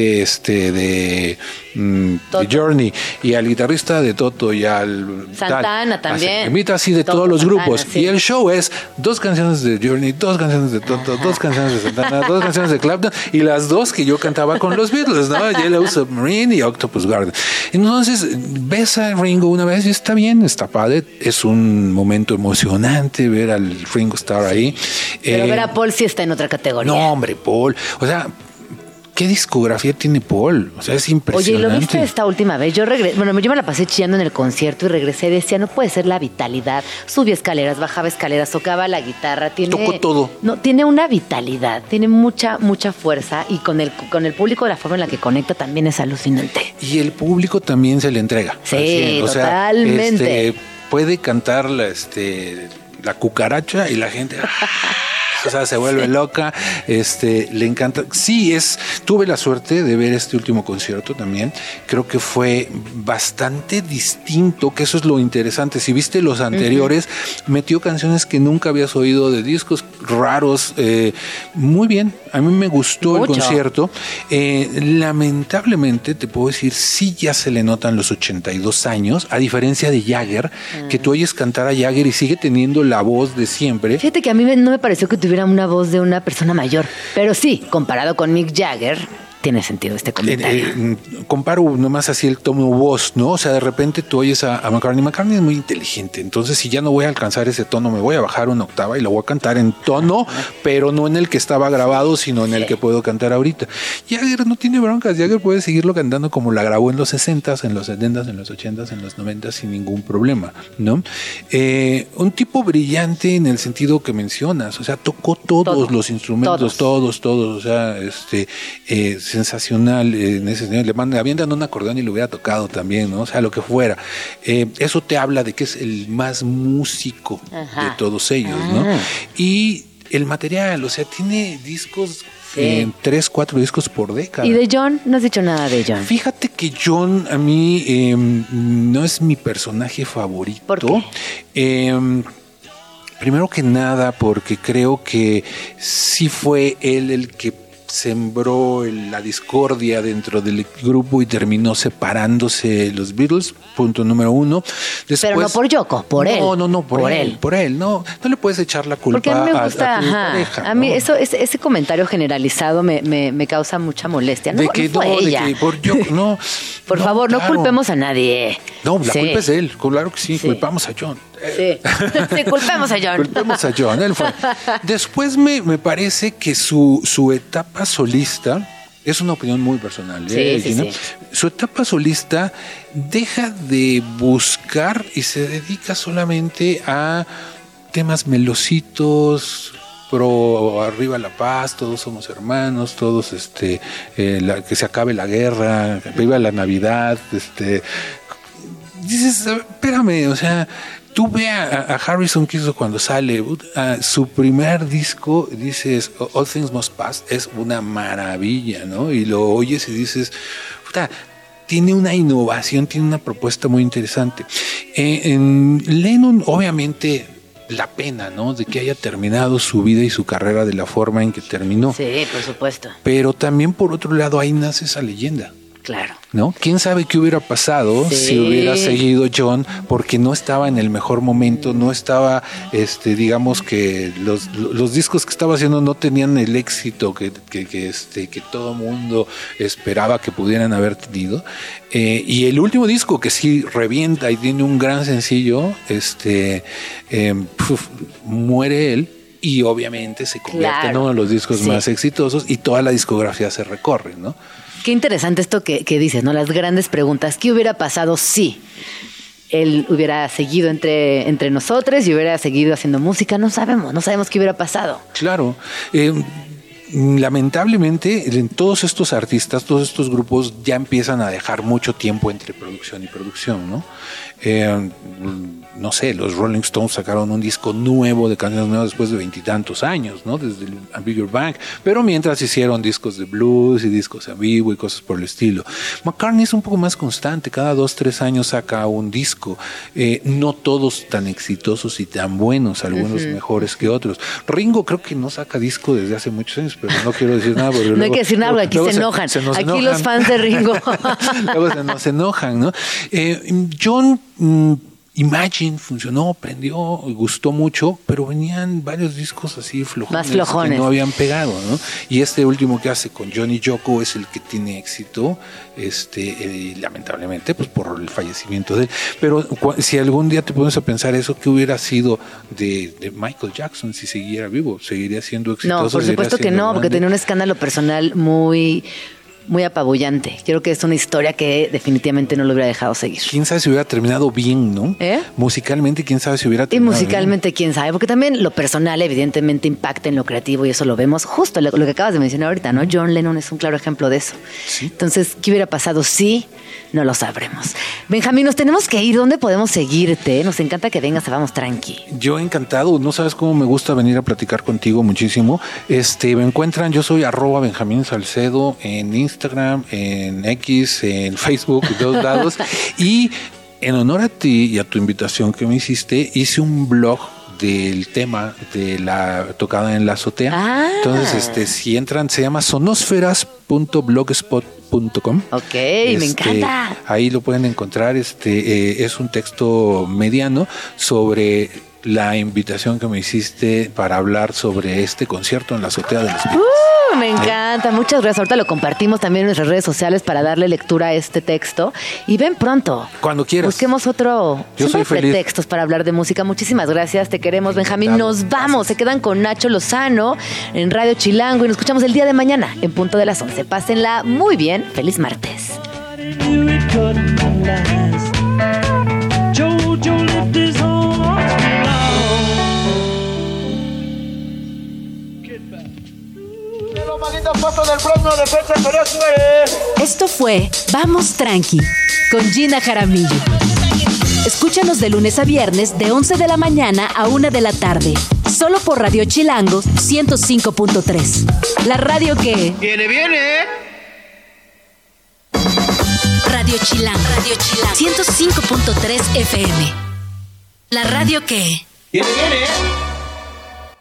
de Journey y al guitarrista de Toto y al Santana también. Invita así de todos los Santana, grupos. sí. Y el show es 2 canciones de Journey, 2 canciones de Toto, 2 canciones de Santana, 2 canciones de Clapton y las 2 que yo cantaba con los Beatles, ¿no? Yellow Submarine y Octopus Garden. Entonces ves a Ringo una vez y está bien, está padre, es un momento emocionante ver al Ringo estar ahí. Pero ver a Paul sí está en otra categoría. No, hombre, Paul, o sea, ¿qué discografía tiene Paul? O sea, es impresionante. Oye, ¿y lo viste esta última vez? Yo me la pasé chillando en el concierto y regresé y decía, no puede ser la vitalidad. Subía escaleras, bajaba escaleras, tocaba la guitarra. Tocó todo. No, tiene una vitalidad, tiene mucha fuerza y con el público la forma en la que conecta también es alucinante. Y el público también se le entrega. Sí, o sea, totalmente. Puede cantar la cucaracha y la gente... O sea, se vuelve loca, le encanta. Sí, tuve la suerte de ver este último concierto también. Creo que fue bastante distinto, que eso es lo interesante. Si viste los anteriores, metió canciones que nunca habías oído de discos raros. Muy bien, a mí me gustó el concierto. Lamentablemente, te puedo decir, sí ya se le notan los 82 años, a diferencia de Jagger, que tú oyes cantar a Jagger y sigue teniendo la voz de siempre. Fíjate que a mí no me pareció que tuviera una voz de una persona mayor, pero sí, comparado con Mick Jagger, tiene sentido este comentario. Comparo nomás así el tono voz, ¿no? O sea, de repente tú oyes a McCartney. McCartney es muy inteligente, entonces si ya no voy a alcanzar ese tono, me voy a bajar una octava y lo voy a cantar en tono, pero no en el que estaba grabado, sino en el que puedo cantar ahorita. Jagger no tiene broncas, Jagger puede seguirlo cantando como la grabó en los 60s, en los 70s, en los 80s, en los 90s sin ningún problema, ¿no? Un tipo brillante en el sentido que mencionas, o sea, tocó todos los instrumentos, todos, o sea, sensacional en ese sentido. Le avientan un acordeón y lo hubiera tocado también, ¿no? O sea, lo que fuera. Eso te habla de que es el más músico de todos ellos, ¿no? Y el material, o sea, tiene discos, 3, 4 discos por década. ¿Y de John? No has dicho nada de John. Fíjate que John a mí no es mi personaje favorito. ¿Por qué? Primero que nada, porque creo que sí fue él el que sembró la discordia dentro del grupo y terminó separándose los Beatles, punto número 1. Después, pero no por Yoko, por él. No, por él. Por él, no le puedes echar la culpa. Porque a mí me gusta, a tu pareja, a mí ese comentario generalizado me causa mucha molestia. No, de que no fue ella. De que por Yoko, no. Por favor, no culpemos a nadie. No, la culpa es de él, claro que sí, culpamos a John. Sí, culpemos a John. Culpemos a John, él fue. Después me parece que su etapa solista, es una opinión muy personal, Gina. Su etapa solista deja de buscar y se dedica solamente a temas melositos, pro arriba la paz, todos somos hermanos, todos que se acabe la guerra, viva la Navidad, dices, espérame, o sea, tú ve a Harrison que hizo cuando sale su primer disco, dices, All Things Must Pass, es una maravilla, ¿no? Y lo oyes y dices, puta, tiene una innovación, tiene una propuesta muy interesante. En Lennon, obviamente, la pena, ¿no? De que haya terminado su vida y su carrera de la forma en que terminó. Sí, por supuesto. Pero también, por otro lado, ahí nace esa leyenda. Claro. ¿No? ¿Quién sabe qué hubiera pasado si hubiera seguido John? Porque no estaba en el mejor momento, no estaba, digamos que los discos que estaba haciendo no tenían el éxito que todo mundo esperaba que pudieran haber tenido. Y el último disco que sí revienta y tiene un gran sencillo, muere él. Y obviamente se convierte en uno de los discos más exitosos y toda la discografía se recorre, ¿no? Qué interesante esto que dices, ¿no? Las grandes preguntas. ¿Qué hubiera pasado si él hubiera seguido entre nosotros y hubiera seguido haciendo música? No sabemos qué hubiera pasado. Claro. Lamentablemente, todos estos artistas, todos estos grupos ya empiezan a dejar mucho tiempo entre producción y producción, ¿no? No sé, los Rolling Stones sacaron un disco nuevo de canciones nuevas después de 20 y tantos años, ¿no? Desde el A Bigger Bang, pero mientras hicieron discos de blues y discos en vivo y cosas por el estilo. McCartney es un poco más constante, cada 2-3 años saca un disco, no todos tan exitosos y tan buenos, algunos mejores que otros. Ringo creo que no saca disco desde hace muchos años, pero no quiero decir nada. No hay que decir nada, aquí se enojan. Aquí los fans de Ringo. Luego nos enojan, ¿no? John... Imagine funcionó, prendió, gustó mucho, pero venían varios discos así flojones que no habían pegado, ¿no? Y este último que hace con John y Yoko es el que tiene éxito, lamentablemente, pues por el fallecimiento de él. Pero si algún día te pones a pensar eso, ¿qué hubiera sido de Michael Jackson si siguiera vivo? ¿Seguiría siendo exitoso? No, por supuesto que no, porque tenía un escándalo personal muy apabullante. Creo que es una historia que definitivamente no lo hubiera dejado seguir. Quién sabe si hubiera terminado bien, ¿no? Musicalmente, quién sabe si hubiera terminado bien. Y musicalmente, quién sabe, porque también lo personal evidentemente impacta en lo creativo y eso lo vemos justo lo que acabas de mencionar ahorita, ¿no? John Lennon es un claro ejemplo de eso. ¿Sí? Entonces, ¿qué hubiera pasado si? No lo sabremos. Benjamín, nos tenemos que ir. ¿Dónde podemos seguirte? Nos encanta que vengas a Vamos Tranqui. Yo encantado. No sabes cómo me gusta venir a platicar contigo muchísimo. Me encuentran, yo soy @Benjamín Salcedo en Instagram, en X, en Facebook, de todos lados. Y en honor a ti y a tu invitación que me hiciste, hice un blog del tema de la tocada en la azotea. Entonces, si entran, se llama sonosferas.blogspot.com. Ok, me encanta. Ahí lo pueden encontrar. Es un texto mediano sobre la invitación que me hiciste para hablar sobre este concierto en la azotea de los Beatles. Me encanta, muchas gracias. Ahorita lo compartimos también en nuestras redes sociales para darle lectura a este texto. Y ven pronto. Cuando quieras. Busquemos otro. Yo soy feliz. Pretextos para hablar de música. Muchísimas gracias, te queremos, Benjamín. Nos vamos. Se quedan con Nacho Lozano en Radio Chilango y nos escuchamos el día de mañana en punto de las 11. Pásenla muy bien. Feliz martes. Esto fue Vamos Tranqui con Gina Jaramillo. Escúchanos de lunes a viernes de 11 de la mañana a 1 de la tarde. Solo por Radio Chilango 105.3. La radio que... ¡Viene! Radio Chilango. 105.3 FM. La radio que... ¡Viene!